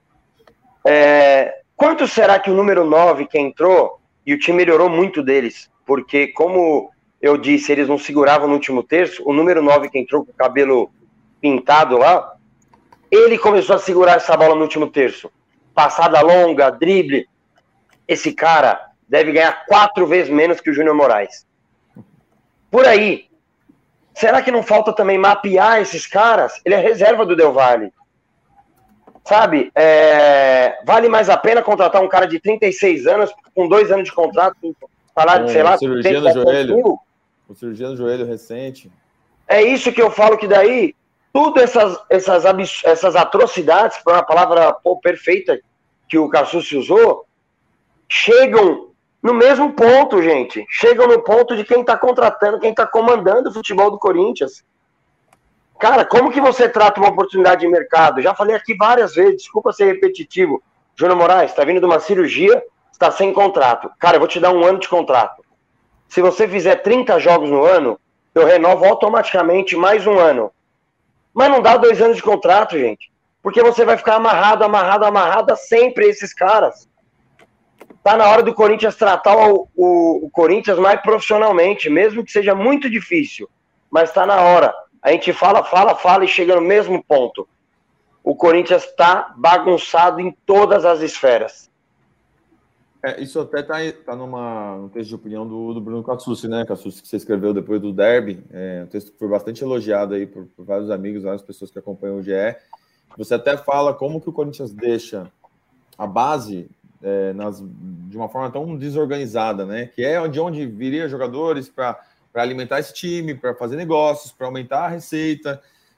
É, quanto será que o número nove que entrou, e o time melhorou muito deles, porque como eu disse, eles não seguravam no último terço, o número nove que entrou com o cabelo pintado lá, ele começou a segurar essa bola no último terço. Passada longa, drible, esse cara deve ganhar quatro vezes menos que o Júnior Moraes. Por aí. Será que não falta também mapear esses caras? Ele é reserva do Del Valle. Sabe? É... Vale mais a pena contratar um cara de trinta e seis anos, com dois anos de contrato, falar de, é, sei lá... Cirurgia no joelho. Mil. O cirurgia no joelho recente. É isso que eu falo, que daí, tudo essas, essas, abs... essas atrocidades, para uma palavra pô, perfeita que o Cassucci usou, chegam no mesmo ponto, gente. Chegam no ponto de quem tá contratando, quem tá comandando o futebol do Corinthians. Cara, como que você trata uma oportunidade de mercado? Já falei aqui várias vezes, desculpa ser repetitivo. Júnior Moraes, tá vindo de uma cirurgia, está sem contrato. Cara, eu vou te dar um ano de contrato. Se você fizer trinta jogos no ano, eu renovo automaticamente mais um ano. Mas não dá dois anos de contrato, gente. Porque você vai ficar amarrado, amarrado, amarrado a sempre esses caras. Tá na hora do Corinthians tratar o, o, o Corinthians mais profissionalmente, mesmo que seja muito difícil. mas está na hora. A gente fala, fala, fala e chega no mesmo ponto. O Corinthians está bagunçado em todas as esferas. É, isso até está tá numa, num texto de opinião do, do Bruno Cassucci, né? Cassucci, que você escreveu depois do derby. É um texto que foi bastante elogiado aí por, por vários amigos, várias pessoas que acompanham o G E. Você até fala como que o Corinthians deixa a base é, nas, de uma forma tão desorganizada, né? Que é de onde viria jogadores para alimentar esse time, para fazer negócios, para aumentar a receita.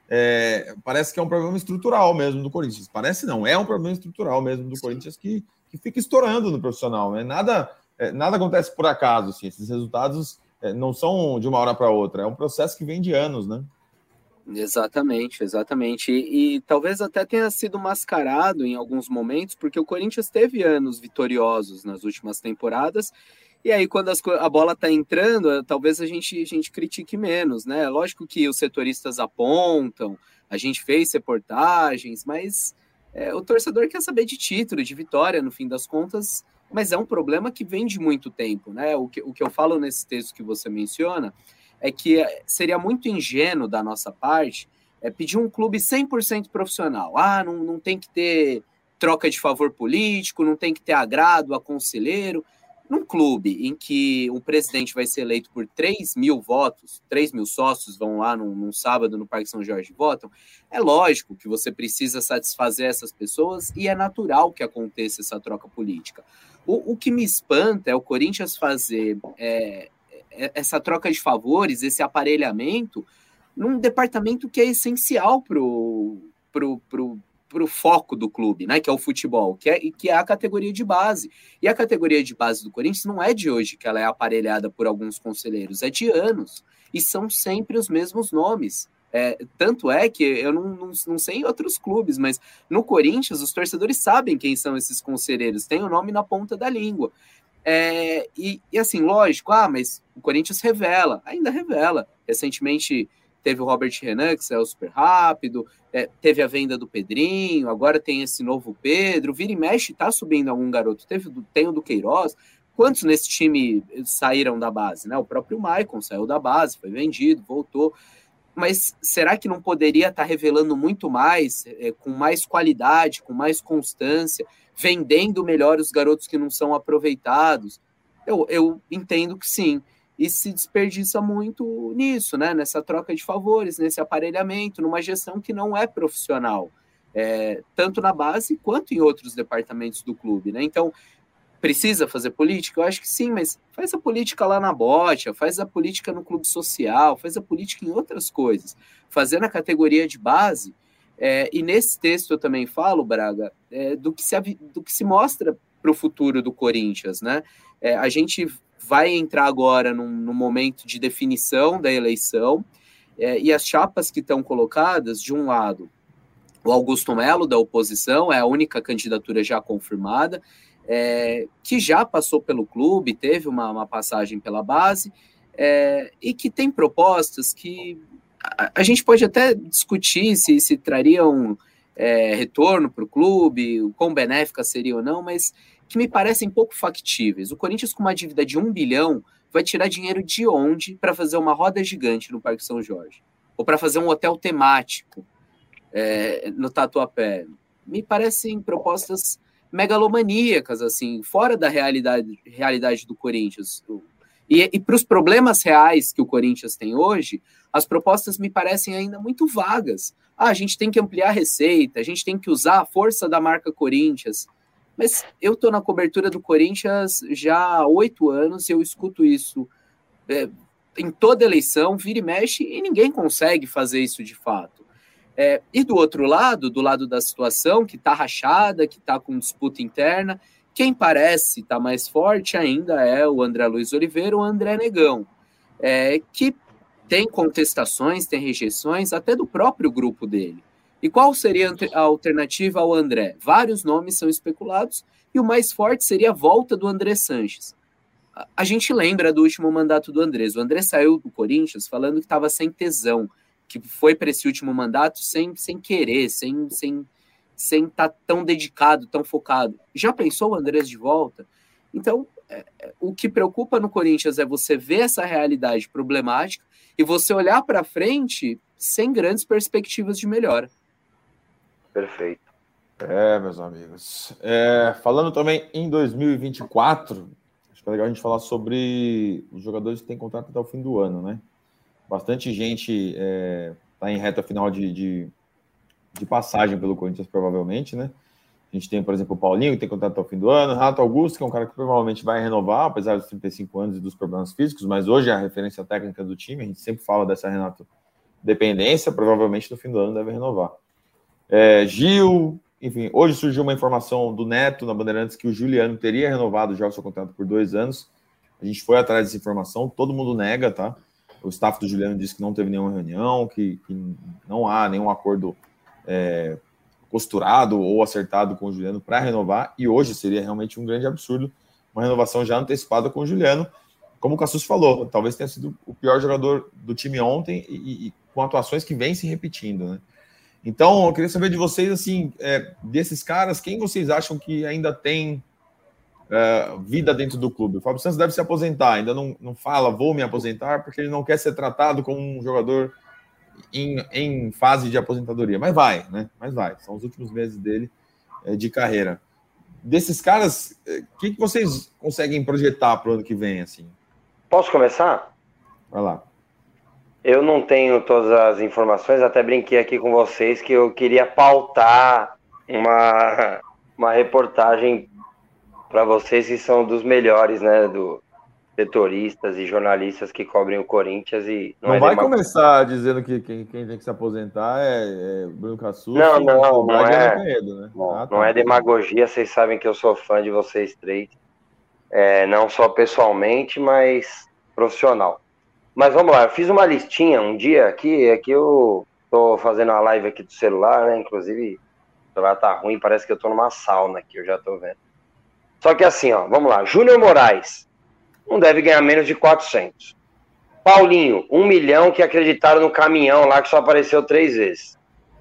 É, parece que é um problema estrutural mesmo do Corinthians. Parece não, é um problema estrutural mesmo do Corinthians que, que fica estourando no profissional, né? Nada, é, nada acontece por acaso, assim. Esses resultados é, não são de uma hora para outra, é um processo que vem de anos, né? Exatamente, exatamente. E, e talvez até tenha sido mascarado em alguns momentos, porque o Corinthians teve anos vitoriosos nas últimas temporadas. E aí, quando as, a bola está entrando, talvez a gente, a gente critique menos, né? Lógico que os setoristas apontam, a gente fez reportagens, mas é, o torcedor quer saber de título, de vitória, no fim das contas, mas é um problema que vem de muito tempo, né? O que, o que eu falo nesse texto que você menciona é que seria muito ingênuo da nossa parte é, pedir um clube cem por cento profissional. Ah, não, não tem que ter troca de favor político, não tem que ter agrado a conselheiro. Num clube em que o presidente vai ser eleito por três mil votos, três mil sócios vão lá num, num sábado no Parque São Jorge e votam, é lógico que você precisa satisfazer essas pessoas e é natural que aconteça essa troca política. O, o que me espanta é o Corinthians fazer é, essa troca de favores, esse aparelhamento, num departamento que é essencial para o pro, pro, pro foco do clube, né, que é o futebol, que é, que é a categoria de base. E a categoria de base do Corinthians não é de hoje que ela é aparelhada por alguns conselheiros, é de anos. E são sempre os mesmos nomes. É, tanto é que eu não, não, não sei em outros clubes, mas no Corinthians os torcedores sabem quem são esses conselheiros, tem o nome na ponta da língua. É, e, e assim, lógico, ah, mas o Corinthians revela, ainda revela. Recentemente teve o Robert Renan, que saiu super rápido, é, teve a venda do Pedrinho, agora tem esse novo Pedro, vira e mexe, tá subindo algum garoto, teve, tem o do Queiroz. Quantos nesse time saíram da base, né? O próprio Maicon saiu da base, foi vendido, voltou. Mas será que não poderia estar revelando muito mais, é, com mais qualidade, com mais constância, vendendo melhor os garotos que não são aproveitados? Eu, eu entendo que sim. E se desperdiça muito nisso, né? Nessa troca de favores, nesse aparelhamento, numa gestão que não é profissional, é, tanto na base quanto em outros departamentos do clube, né? Então, precisa fazer política? Eu acho que sim, mas faz a política lá na bocha, faz a política no clube social, faz a política em outras coisas. Fazer na categoria de base, é, e nesse texto eu também falo, Braga, é, do, que se, do que se mostra para o futuro do Corinthians, né? É, a gente vai entrar agora num, num momento de definição da eleição, é, e as chapas que estão colocadas, de um lado, o Augusto Melo, da oposição, é a única candidatura já confirmada, É, que já passou pelo clube, teve uma, uma passagem pela base, é, e que tem propostas que a, a gente pode até discutir se, se trariam é, retorno para o clube, o quão benéfica seria ou não, mas que me parecem pouco factíveis. O Corinthians, com uma dívida de um bilhão, vai tirar dinheiro de onde para fazer uma roda gigante no Parque São Jorge? Ou para fazer um hotel temático é, no Tatuapé? Me parecem propostas megalomaníacas, assim, fora da realidade, realidade do Corinthians. E, e para os problemas reais que o Corinthians tem hoje, as propostas me parecem ainda muito vagas. Ah, a gente tem que ampliar a receita, a gente tem que usar a força da marca Corinthians. Mas eu estou na cobertura do Corinthians já há oito anos e eu escuto isso é, em toda eleição, vira e mexe, e ninguém consegue fazer isso de fato. É, e do outro lado, do lado da situação, que está rachada, que está com disputa interna, quem parece estar tá mais forte ainda é o André Luiz Oliveira, o André Negão, é, que tem contestações, tem rejeições, até do próprio grupo dele. E qual seria a alternativa ao André? Vários nomes são especulados, e o mais forte seria a volta do André Sanches. A, a gente lembra do último mandato do Andrés. O André saiu do Corinthians falando que estava sem tesão, que foi para esse último mandato sem, sem querer, sem sem sem estar tá tão dedicado, tão focado. Já pensou o Andrés de volta? Então, é, é, o que preocupa no Corinthians é você ver essa realidade problemática e você olhar para frente sem grandes perspectivas de melhora. Perfeito. É, meus amigos. É, falando também em dois mil e vinte e quatro, acho que é legal a gente falar sobre os jogadores que têm contrato até o fim do ano, né? Bastante gente está é, em reta final de, de, de passagem pelo Corinthians, provavelmente, né? A gente tem, por exemplo, o Paulinho, que tem contrato até o fim do ano, Renato Augusto, que é um cara que provavelmente vai renovar, apesar dos trinta e cinco anos e dos problemas físicos, mas hoje é a referência técnica do time, a gente sempre fala dessa, Renato, dependência, provavelmente no fim do ano deve renovar. É, Gil, enfim, hoje surgiu uma informação do Neto na Bandeirantes que o Juliano teria renovado já o seu contrato por dois anos. A gente foi atrás dessa informação, todo mundo nega, tá? O staff do Juliano disse que não teve nenhuma reunião, que, que não há nenhum acordo é, costurado ou acertado com o Juliano para renovar, e hoje seria realmente um grande absurdo uma renovação já antecipada com o Juliano. Como o Cassus falou, talvez tenha sido o pior jogador do time ontem e, e com atuações que vêm se repetindo, né? Então, eu queria saber de vocês, assim, é, desses caras, quem vocês acham que ainda tem é, vida dentro do clube? O Fábio Santos deve se aposentar, ainda não, não fala, vou me aposentar, porque ele não quer ser tratado como um jogador em, em fase de aposentadoria. Mas vai, né? Mas vai. São os últimos meses dele é, de carreira. Desses caras, o é, que, que vocês conseguem projetar para o ano que vem, assim? Posso começar? Vai lá. Eu não tenho todas as informações, até brinquei aqui com vocês que eu queria pautar uma, uma reportagem para vocês que são dos melhores, né, do setoristas e jornalistas que cobrem o Corinthians. E não, não é vai demag... começar dizendo que quem, quem tem que se aposentar é, é Bruno Cassus. Não, não, não é, Canedo, né? não, ah, tá. não é demagogia, vocês sabem que eu sou fã de vocês três, é, não só pessoalmente, mas profissional. Mas vamos lá, eu fiz uma listinha um dia aqui, aqui eu tô fazendo uma live aqui do celular, né, inclusive o celular tá ruim, parece que eu tô numa sauna aqui, eu já tô vendo. Só que assim, ó, vamos lá, Júnior Moraes não deve ganhar menos de quatrocentos. Paulinho, um milhão que acreditaram no caminhão lá que só apareceu três vezes.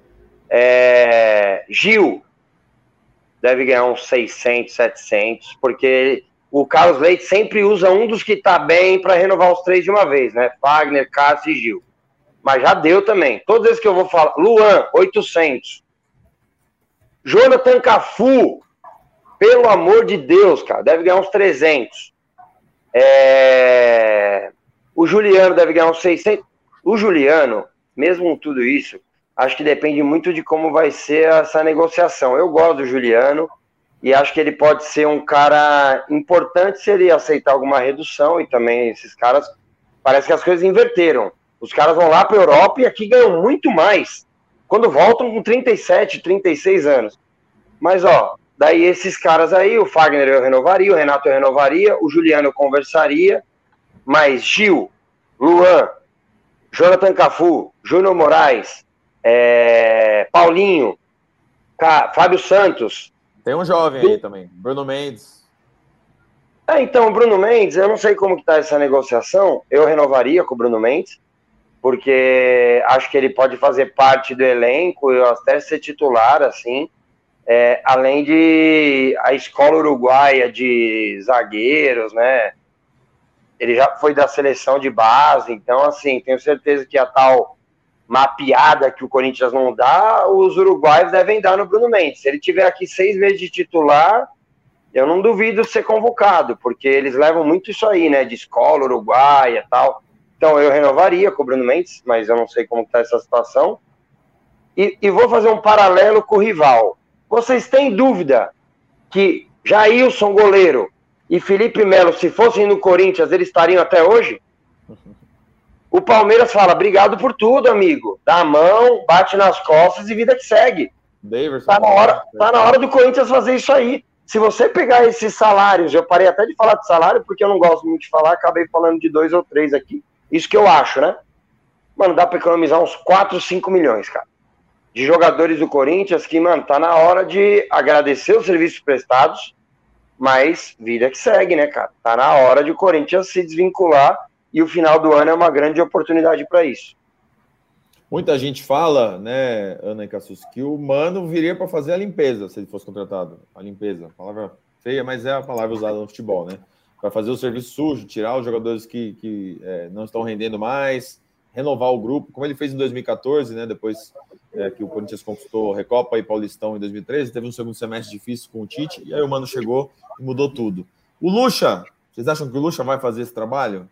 É... Gil deve ganhar uns seiscentos, setecentos, porque o Carlos Leite sempre usa um dos que tá bem para renovar os três de uma vez, né? Fagner, Cássio e Gil. Mas já deu também. Todos esses que eu vou falar. Luan, oitocentos. Jonathan Cafu, pelo amor de Deus, cara, deve ganhar uns trezentos. É... O Juliano deve ganhar uns seiscentos. O Juliano, mesmo com tudo isso, acho que depende muito de como vai ser essa negociação. Eu gosto do Juliano. E acho que ele pode ser um cara importante se ele aceitar alguma redução. E também esses caras, parece que as coisas inverteram. Os caras vão lá para a Europa e aqui ganham muito mais. Quando voltam com trinta e sete, trinta e seis anos. Mas, ó, daí esses caras aí, o Fagner eu renovaria, o Renato eu renovaria, o Juliano eu conversaria. Mas Gil, Luan, Jonathan Cafu, Júnior Moraes, é, Paulinho, Fábio Santos... Tem um jovem aí também, Bruno Mendes. É, então, o Bruno Mendes, eu não sei como que tá essa negociação, eu renovaria com o Bruno Mendes, porque acho que ele pode fazer parte do elenco, eu até ser titular, assim, é, além de a escola uruguaia de zagueiros, né, ele já foi da seleção de base, então, assim, tenho certeza que a tal mapeada que o Corinthians não dá, os uruguaios devem dar no Bruno Mendes. Se ele tiver aqui seis meses de titular, eu não duvido ser convocado, porque eles levam muito isso aí, né, de escola uruguaia e tal. Então eu renovaria com o Bruno Mendes, mas eu não sei como está essa situação. E, e vou fazer um paralelo com o rival. Vocês têm dúvida que Jailson, goleiro, e Felipe Melo, se fossem no Corinthians, eles estariam até hoje? O Palmeiras fala, obrigado por tudo, amigo. Dá a mão, bate nas costas e vida que segue. Davidson, tá, na hora, tá na hora do Corinthians fazer isso aí. Se você pegar esses salários, eu parei até de falar de salário, porque eu não gosto muito de falar, acabei falando de dois ou três aqui. Isso que eu acho, né? Mano, dá pra economizar uns quatro, cinco milhões, cara. De jogadores do Corinthians que, mano, tá na hora de agradecer os serviços prestados, mas vida que segue, né, cara? Tá na hora de o Corinthians se desvincular e o final do ano é uma grande oportunidade para isso. Muita gente fala, né, Ana e Cassus, que o Mano viria para fazer a limpeza, se ele fosse contratado. A limpeza, palavra feia, mas é a palavra usada no futebol, né? Para fazer o serviço sujo, tirar os jogadores que, que é, não estão rendendo mais, renovar o grupo, como ele fez em dois mil e quatorze, né? Depois é, que o Corinthians conquistou Recopa e Paulistão em dois mil e treze, teve um segundo semestre difícil com o Tite, e aí o Mano chegou e mudou tudo. O Lucha, vocês acham que o Lucha vai fazer esse trabalho?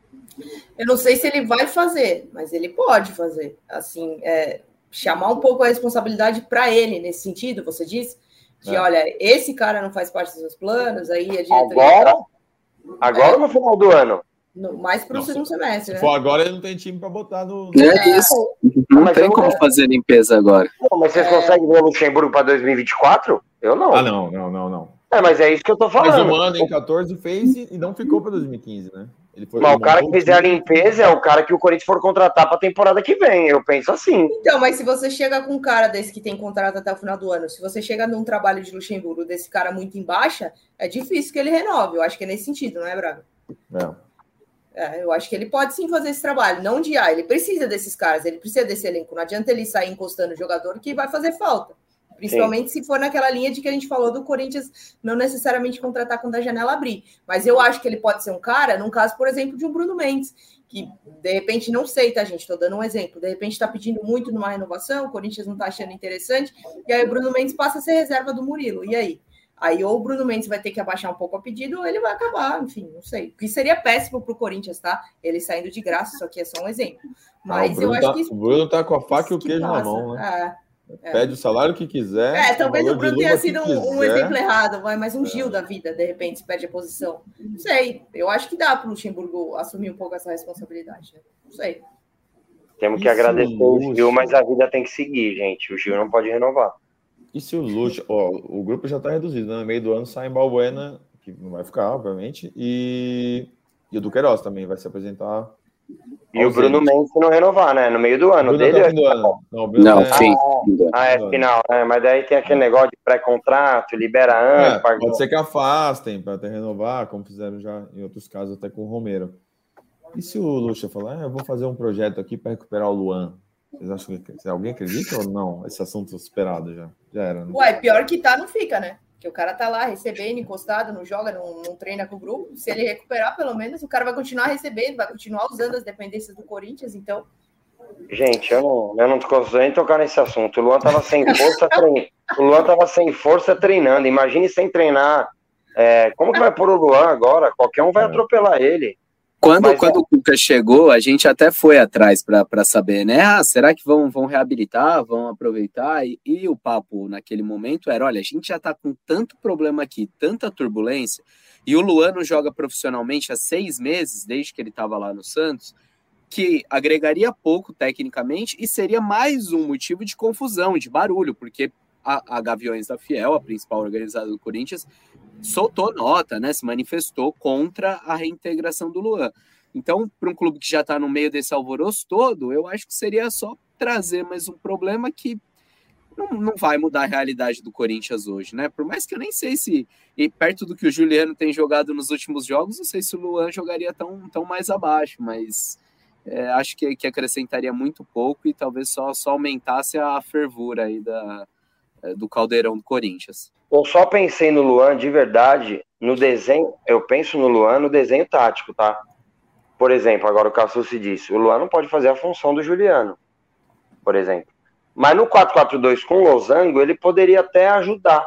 Eu não sei se ele vai fazer, mas ele pode fazer. Assim, é, chamar um pouco a responsabilidade para ele nesse sentido, você disse, de é. olha, esse cara não faz parte dos seus planos, aí a diretoria... Agora, agora é, no final do ano. No, mais para o segundo semestre, se né? for agora, ele não tem time para botar no... É isso. Não mas tem como fazer limpeza agora. Não, mas vocês é... conseguem ver o Luxemburgo para dois mil e vinte e quatro? Eu não. Ah, não, não, não, não. É, mas é isso que eu tô falando. Mas o Mano em quatorze fez e não ficou para dois mil e quinze, né? Ele foi, mas ele o cara que fizer a limpeza é o cara que o Corinthians for contratar para a temporada que vem. Eu penso assim. Então, mas se você chega com um cara desse que tem contrato até o final do ano, se você chega num trabalho de Luxemburgo desse cara muito em baixa, é difícil que ele renove. Eu acho que é nesse sentido, não é, Braga? É. É, eu acho que ele pode sim fazer esse trabalho, não de ah, ele precisa desses caras, ele precisa desse elenco. Não adianta ele sair encostando o jogador que vai fazer falta. Principalmente sim. se for naquela linha de que a gente falou do Corinthians não necessariamente contratar quando a janela abrir. Mas eu acho que ele pode ser um cara, num caso, por exemplo, de um Bruno Mendes, que de repente, não sei, tá, gente? Estou dando um exemplo. De repente está pedindo muito numa renovação, o Corinthians não está achando interessante, e aí o Bruno Mendes passa a ser reserva do Murilo. E aí? Aí ou o Bruno Mendes vai ter que abaixar um pouco o pedido, ou ele vai acabar, enfim, não sei. O que seria péssimo para o Corinthians, tá? Ele saindo de graça, isso aqui é só um exemplo. Mas ah, eu tá, acho que... O Bruno tá com a faca e o queijo passa. na mão, né? É, Pede é. o salário que quiser. É, talvez o Bruno tenha sido um, um exemplo errado, vai, mas um é. Gil da vida, de repente, se perde a posição. Não sei, eu acho que dá para o Luxemburgo assumir um pouco essa responsabilidade, né? Não sei. Temos que Isso, agradecer o Gil, mas a vida tem que seguir, gente. O Gil não pode renovar. E se o Lucha, ó, o grupo já está reduzido, né? No meio do ano sai em Balbuena, que não vai ficar, obviamente, e, e o Duqueiroz também vai se apresentar. E o Bruno Mendes não renovar, né? No meio do ano. O dele é do ano. Não, não é... fim. Ah, é final, né? Mas daí tem aquele negócio de pré-contrato, libera antes. É, pode ser que afastem para até renovar, como fizeram já em outros casos, até com o Romero. E se o Lucha falar, ah, eu vou fazer um projeto aqui para recuperar o Luan? Vocês acham que alguém acredita ou não? Esse assunto superado já. Já era, né? Ué, pior que tá, não fica, né? Porque o cara tá lá recebendo, encostado, não joga, não, não treina com o grupo. Se ele recuperar, pelo menos, o cara vai continuar recebendo, vai continuar usando as dependências do Corinthians, então... Gente, eu não, eu não consigo nem tocar nesse assunto. O Luan tava sem força treinando. O Luan tava sem força treinando. Imagine sem treinar. É, como que vai pôr o Luan agora? Qualquer um vai atropelar ele. Quando, Mas, quando é... o Cuca chegou, a gente até foi atrás para saber, né? Ah, será que vão, vão reabilitar, vão aproveitar? E, e o papo naquele momento era, olha, a gente já tá com tanto problema aqui, tanta turbulência, e o Luan não joga profissionalmente há seis meses, desde que ele estava lá no Santos, que agregaria pouco tecnicamente e seria mais um motivo de confusão, de barulho, porque a, a Gaviões da Fiel, a principal organizada do Corinthians, soltou nota, né, se manifestou contra a reintegração do Luan. Então, para um clube que já está no meio desse alvoroço todo, eu acho que seria só trazer mais um problema que não, não vai mudar a realidade do Corinthians hoje, né? Por mais que eu nem sei se, e perto do que o Juliano tem jogado nos últimos jogos, não sei se o Luan jogaria tão, tão mais abaixo, mas é, acho que, que acrescentaria muito pouco e talvez só, só aumentasse a fervura aí da, do caldeirão do Corinthians. Eu só pensei no Luan de verdade, no desenho, eu penso no Luan no desenho tático, tá? Por exemplo, agora o Cassucci disse, o Luan não pode fazer a função do Juliano, por exemplo. Mas no quatro quatro dois com o Losango, ele poderia até ajudar.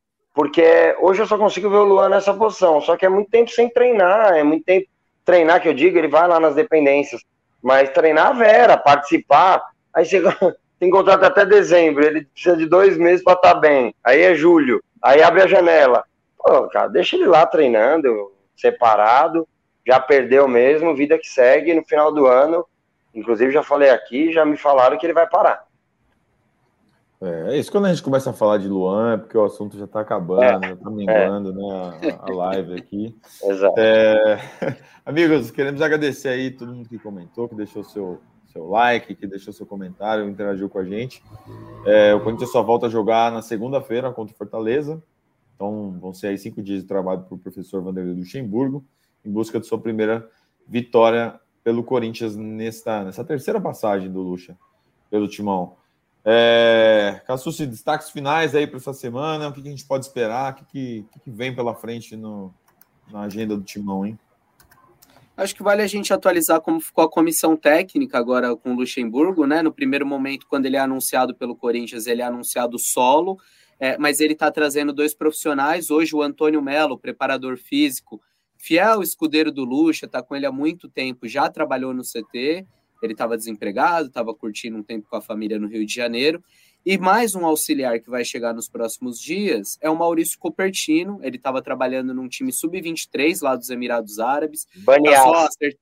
Porque hoje eu só consigo ver o Luan nessa posição, só que é muito tempo sem treinar, é muito tempo treinar, que eu digo, ele vai lá nas dependências, mas treinar a Vera, participar, aí chega... tem contrato até dezembro, ele precisa de dois meses para estar bem. Aí é julho, aí abre a janela. Pô, cara, deixa ele lá treinando, separado, já perdeu mesmo, vida que segue, no final do ano, inclusive já falei aqui, já me falaram que ele vai parar. É, é isso, quando a gente começa a falar de Luan, é porque o assunto já está acabando, é, já está minguando, é. né, a, a live aqui. Exato. É, amigos, queremos agradecer aí todo mundo que comentou, que deixou seu... seu like, que deixou seu comentário, interagiu com a gente. É, o Corinthians só volta a jogar na segunda-feira contra o Fortaleza. Então, vão ser aí cinco dias de trabalho para o professor Vanderlei Luxemburgo, em busca de sua primeira vitória pelo Corinthians nesta, nessa terceira passagem do Lucha pelo Timão. É, Cassucci, destaques finais aí para essa semana, o que, que a gente pode esperar, o que, que, que vem pela frente no, na agenda do Timão, hein? Acho que vale a gente atualizar como ficou a comissão técnica agora com o Luxemburgo, né? No primeiro momento, quando ele é anunciado pelo Corinthians, ele é anunciado solo, é, mas ele está trazendo dois profissionais. Hoje o Antônio Melo, preparador físico, fiel escudeiro do Luxa, está com ele há muito tempo, já trabalhou no C T, ele estava desempregado, estava curtindo um tempo com a família no Rio de Janeiro. E mais um auxiliar que vai chegar nos próximos dias é o Maurício Copertino. Ele estava trabalhando num time sub vinte e três lá dos Emirados Árabes. Tá só acert...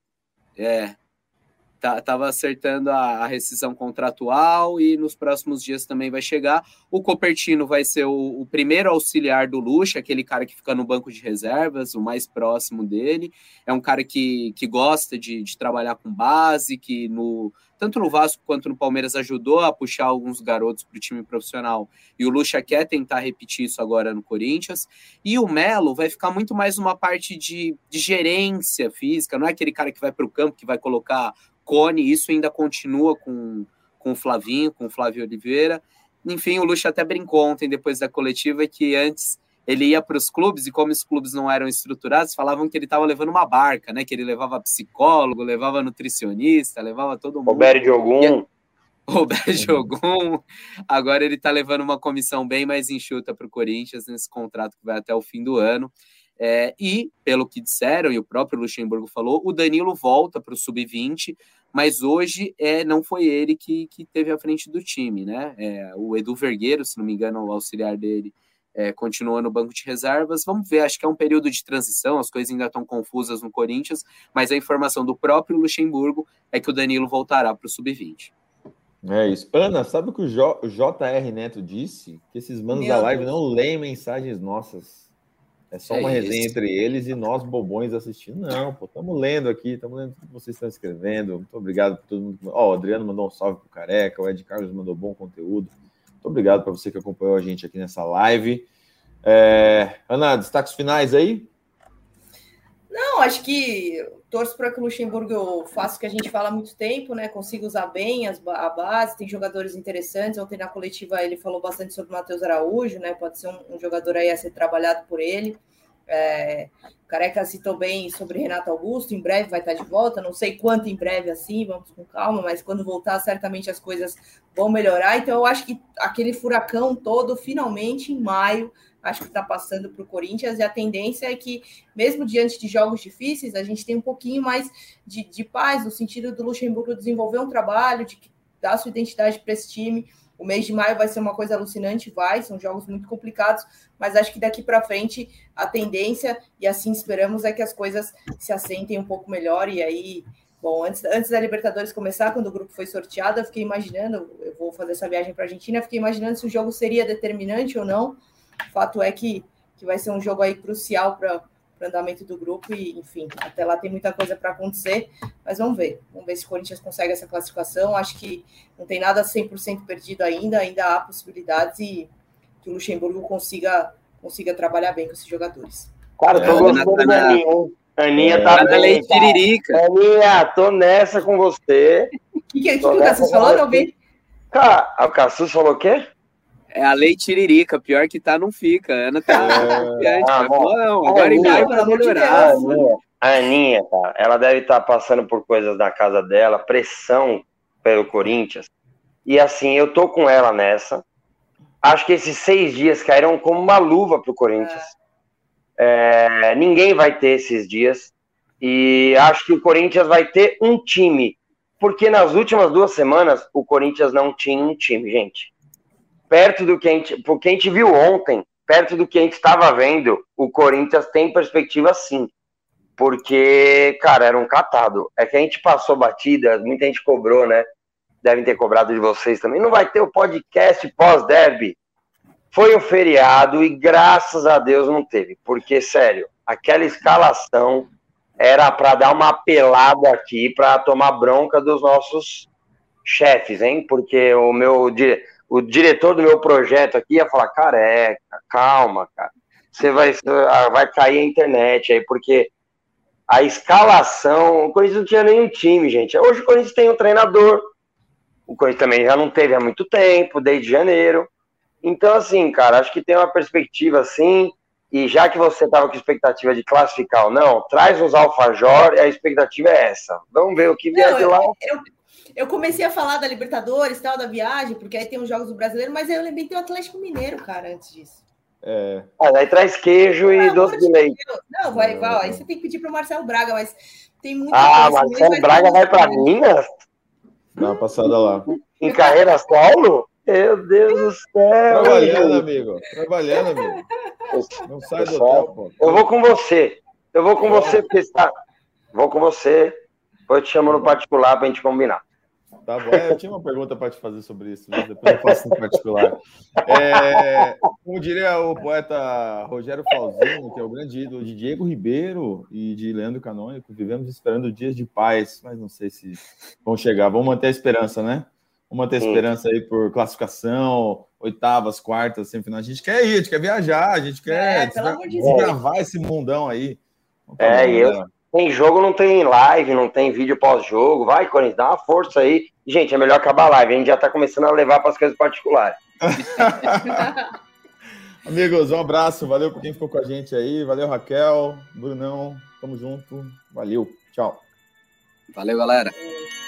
é, tá, tava acertando a, a rescisão contratual e nos próximos dias também vai chegar. O Copertino vai ser o, o primeiro auxiliar do Lucha, aquele cara que fica no banco de reservas, o mais próximo dele. É um cara que, que gosta de, de trabalhar com base, que no... tanto no Vasco quanto no Palmeiras ajudou a puxar alguns garotos para o time profissional. E o Lucha quer tentar repetir isso agora no Corinthians. E o Melo vai ficar muito mais uma parte de, de gerência física, não é aquele cara que vai para o campo, que vai colocar cone, isso ainda continua com, com o Flavinho, com o Flávio Oliveira. Enfim, o Lucha até brincou ontem, depois da coletiva, que antes ele ia para os clubes, e como os clubes não eram estruturados, falavam que ele estava levando uma barca, né? Que ele levava psicólogo, levava nutricionista, levava todo mundo. Roberto Diogun. Roberto Diogun. Agora ele está levando uma comissão bem mais enxuta para o Corinthians, nesse contrato que vai até o fim do ano. É, e, pelo que disseram, e o próprio Luxemburgo falou, o Danilo volta para o sub vinte, mas hoje é, não foi ele que, que teve à frente do time, né? É, o Edu Vergueiro, se não me engano, o auxiliar dele, É, continua no banco de reservas. Vamos ver, acho que é um período de transição, as coisas ainda estão confusas no Corinthians, mas a informação do próprio Luxemburgo é que o Danilo voltará para o sub vinte. É isso. Ana, sabe o que o, J- o J R Neto disse? Que esses manos Meu da live Deus. não leem mensagens nossas. É só É uma resenha isso. entre eles e nós bobões assistindo. Não, pô, estamos lendo aqui, estamos lendo tudo que vocês estão escrevendo. Muito obrigado por todo mundo. Ó, o Adriano mandou um salve pro Careca, o Ed Carlos mandou bom conteúdo. Muito obrigado para você que acompanhou a gente aqui nessa live. É... Ana, destaques finais aí? Não, acho que torço para que o Luxemburgo faça o que a gente fala há muito tempo, né? Consiga usar bem as, a base, tem jogadores interessantes. Ontem na coletiva ele falou bastante sobre o Matheus Araújo, né? Pode ser um, um jogador aí a ser trabalhado por ele. É, o Careca citou bem sobre Renato Augusto, em breve vai estar de volta, não sei quanto em breve assim, vamos com calma, mas quando voltar certamente as coisas vão melhorar. Então eu acho que aquele furacão todo, finalmente em maio, acho que está passando para o Corinthians, e a tendência é que, mesmo diante de jogos difíceis, a gente tem um pouquinho mais de, de paz, no sentido do Luxemburgo desenvolver um trabalho, de dar sua identidade para esse time. O mês de maio vai ser uma coisa alucinante, vai, são jogos muito complicados, mas acho que daqui para frente a tendência, e assim esperamos, é que as coisas se assentem um pouco melhor. E aí, bom, antes, antes da Libertadores começar, quando o grupo foi sorteado, eu fiquei imaginando, eu vou fazer essa viagem para a Argentina, fiquei imaginando se o jogo seria determinante ou não. O fato é que, que vai ser um jogo aí crucial para o andamento do grupo e, enfim, até lá tem muita coisa para acontecer, mas vamos ver. Vamos ver se o Corinthians consegue essa classificação. Acho que não tem nada cem por cento perdido ainda, ainda há possibilidades e que o Luxemburgo consiga, consiga trabalhar bem com esses jogadores. Cara, tô É, gostando tá da na- Aninha, hein? Aninha É, tá Tá na bem, lei cara. tiririca. Aninha, tô nessa com você. O que, que, que, que o Cassius falou? Não vi. Cara, o Cassus falou o quê? É a lei tiririca, pior que tá, não fica. A Ana tá É. confiante, Ah, mas bom. falou, não, agora em Aninha, maio pelo vai amor de melhorar. A Aninha, a Aninha, cara, ela deve estar passando por coisas da casa dela, pressão pelo Corinthians. E assim, eu tô com ela nessa. Acho que esses seis dias caíram como uma luva pro Corinthians. É, ninguém vai ter esses dias. E acho que o Corinthians vai ter um time. Porque nas últimas duas semanas, o Corinthians não tinha um time, gente. Perto do que a gente, porque a gente viu ontem, perto do que a gente estava vendo, o Corinthians tem perspectiva sim. Porque, cara, era um catado. É que a gente passou batida, muita gente cobrou, né? Devem ter cobrado de vocês também. Não vai ter o podcast pós-derby. Foi um feriado e graças a Deus não teve. Porque, sério, aquela escalação era para dar uma pelada aqui, para tomar bronca dos nossos chefes, hein? Porque o meu o diretor do meu projeto aqui ia falar, careca, calma, cara. Você vai, vai cair a internet aí, porque a escalação, o Corinthians não tinha nenhum time, gente. Hoje o Corinthians tem um treinador, o Corinthians também já não teve há muito tempo, desde janeiro. Então, assim, cara, acho que tem uma perspectiva, assim, e já que você estava com expectativa de classificar ou não, traz uns alfajor e a expectativa é essa. Vamos ver o que vier Não, de eu, lá. eu, eu comecei a falar da Libertadores, tal, da viagem, porque aí tem os jogos do Brasileiro, mas aí eu lembrei que tem o Atlético Mineiro, cara, antes disso. É. Ah, aí traz queijo e doce de leite. Deus. Não, vai, vai. Aí você tem que pedir para o Marcelo Braga, mas tem muita Ah, coisa. Marcelo Braga vai para Minas? Dá uma passada lá. Em carreira solo? Meu Deus do céu. Trabalhando, amigo. Trabalhando, amigo. Não sai do hotel, pô. Eu vou com você. Eu vou com você, porque está... Vou com você. Depois eu te chamo no particular pra gente combinar. Tá bom. É, eu tinha uma pergunta para te fazer sobre isso, mas depois eu faço no particular. É, como diria o poeta Rogério Flauzino, que é o grande ídolo de Diego Ribeiro e de Leandro Canônico, vivemos esperando dias de paz, mas não sei se vão chegar. Vamos manter a esperança, né? Vamos manter a esperança aí por classificação, oitavas, quartas, semifinais. A gente quer ir, a gente quer viajar, a gente quer é, desbravar esse mundão aí. Tá é, e eu... Tem jogo, não tem live, não tem vídeo pós-jogo. Vai, Corinthians, dá uma força aí. Gente, é melhor acabar a live. A gente já tá começando a levar para as coisas particulares. Amigos, um abraço. Valeu por quem ficou com a gente aí. Valeu, Raquel, Brunão. Tamo junto. Valeu. Tchau. Valeu, galera.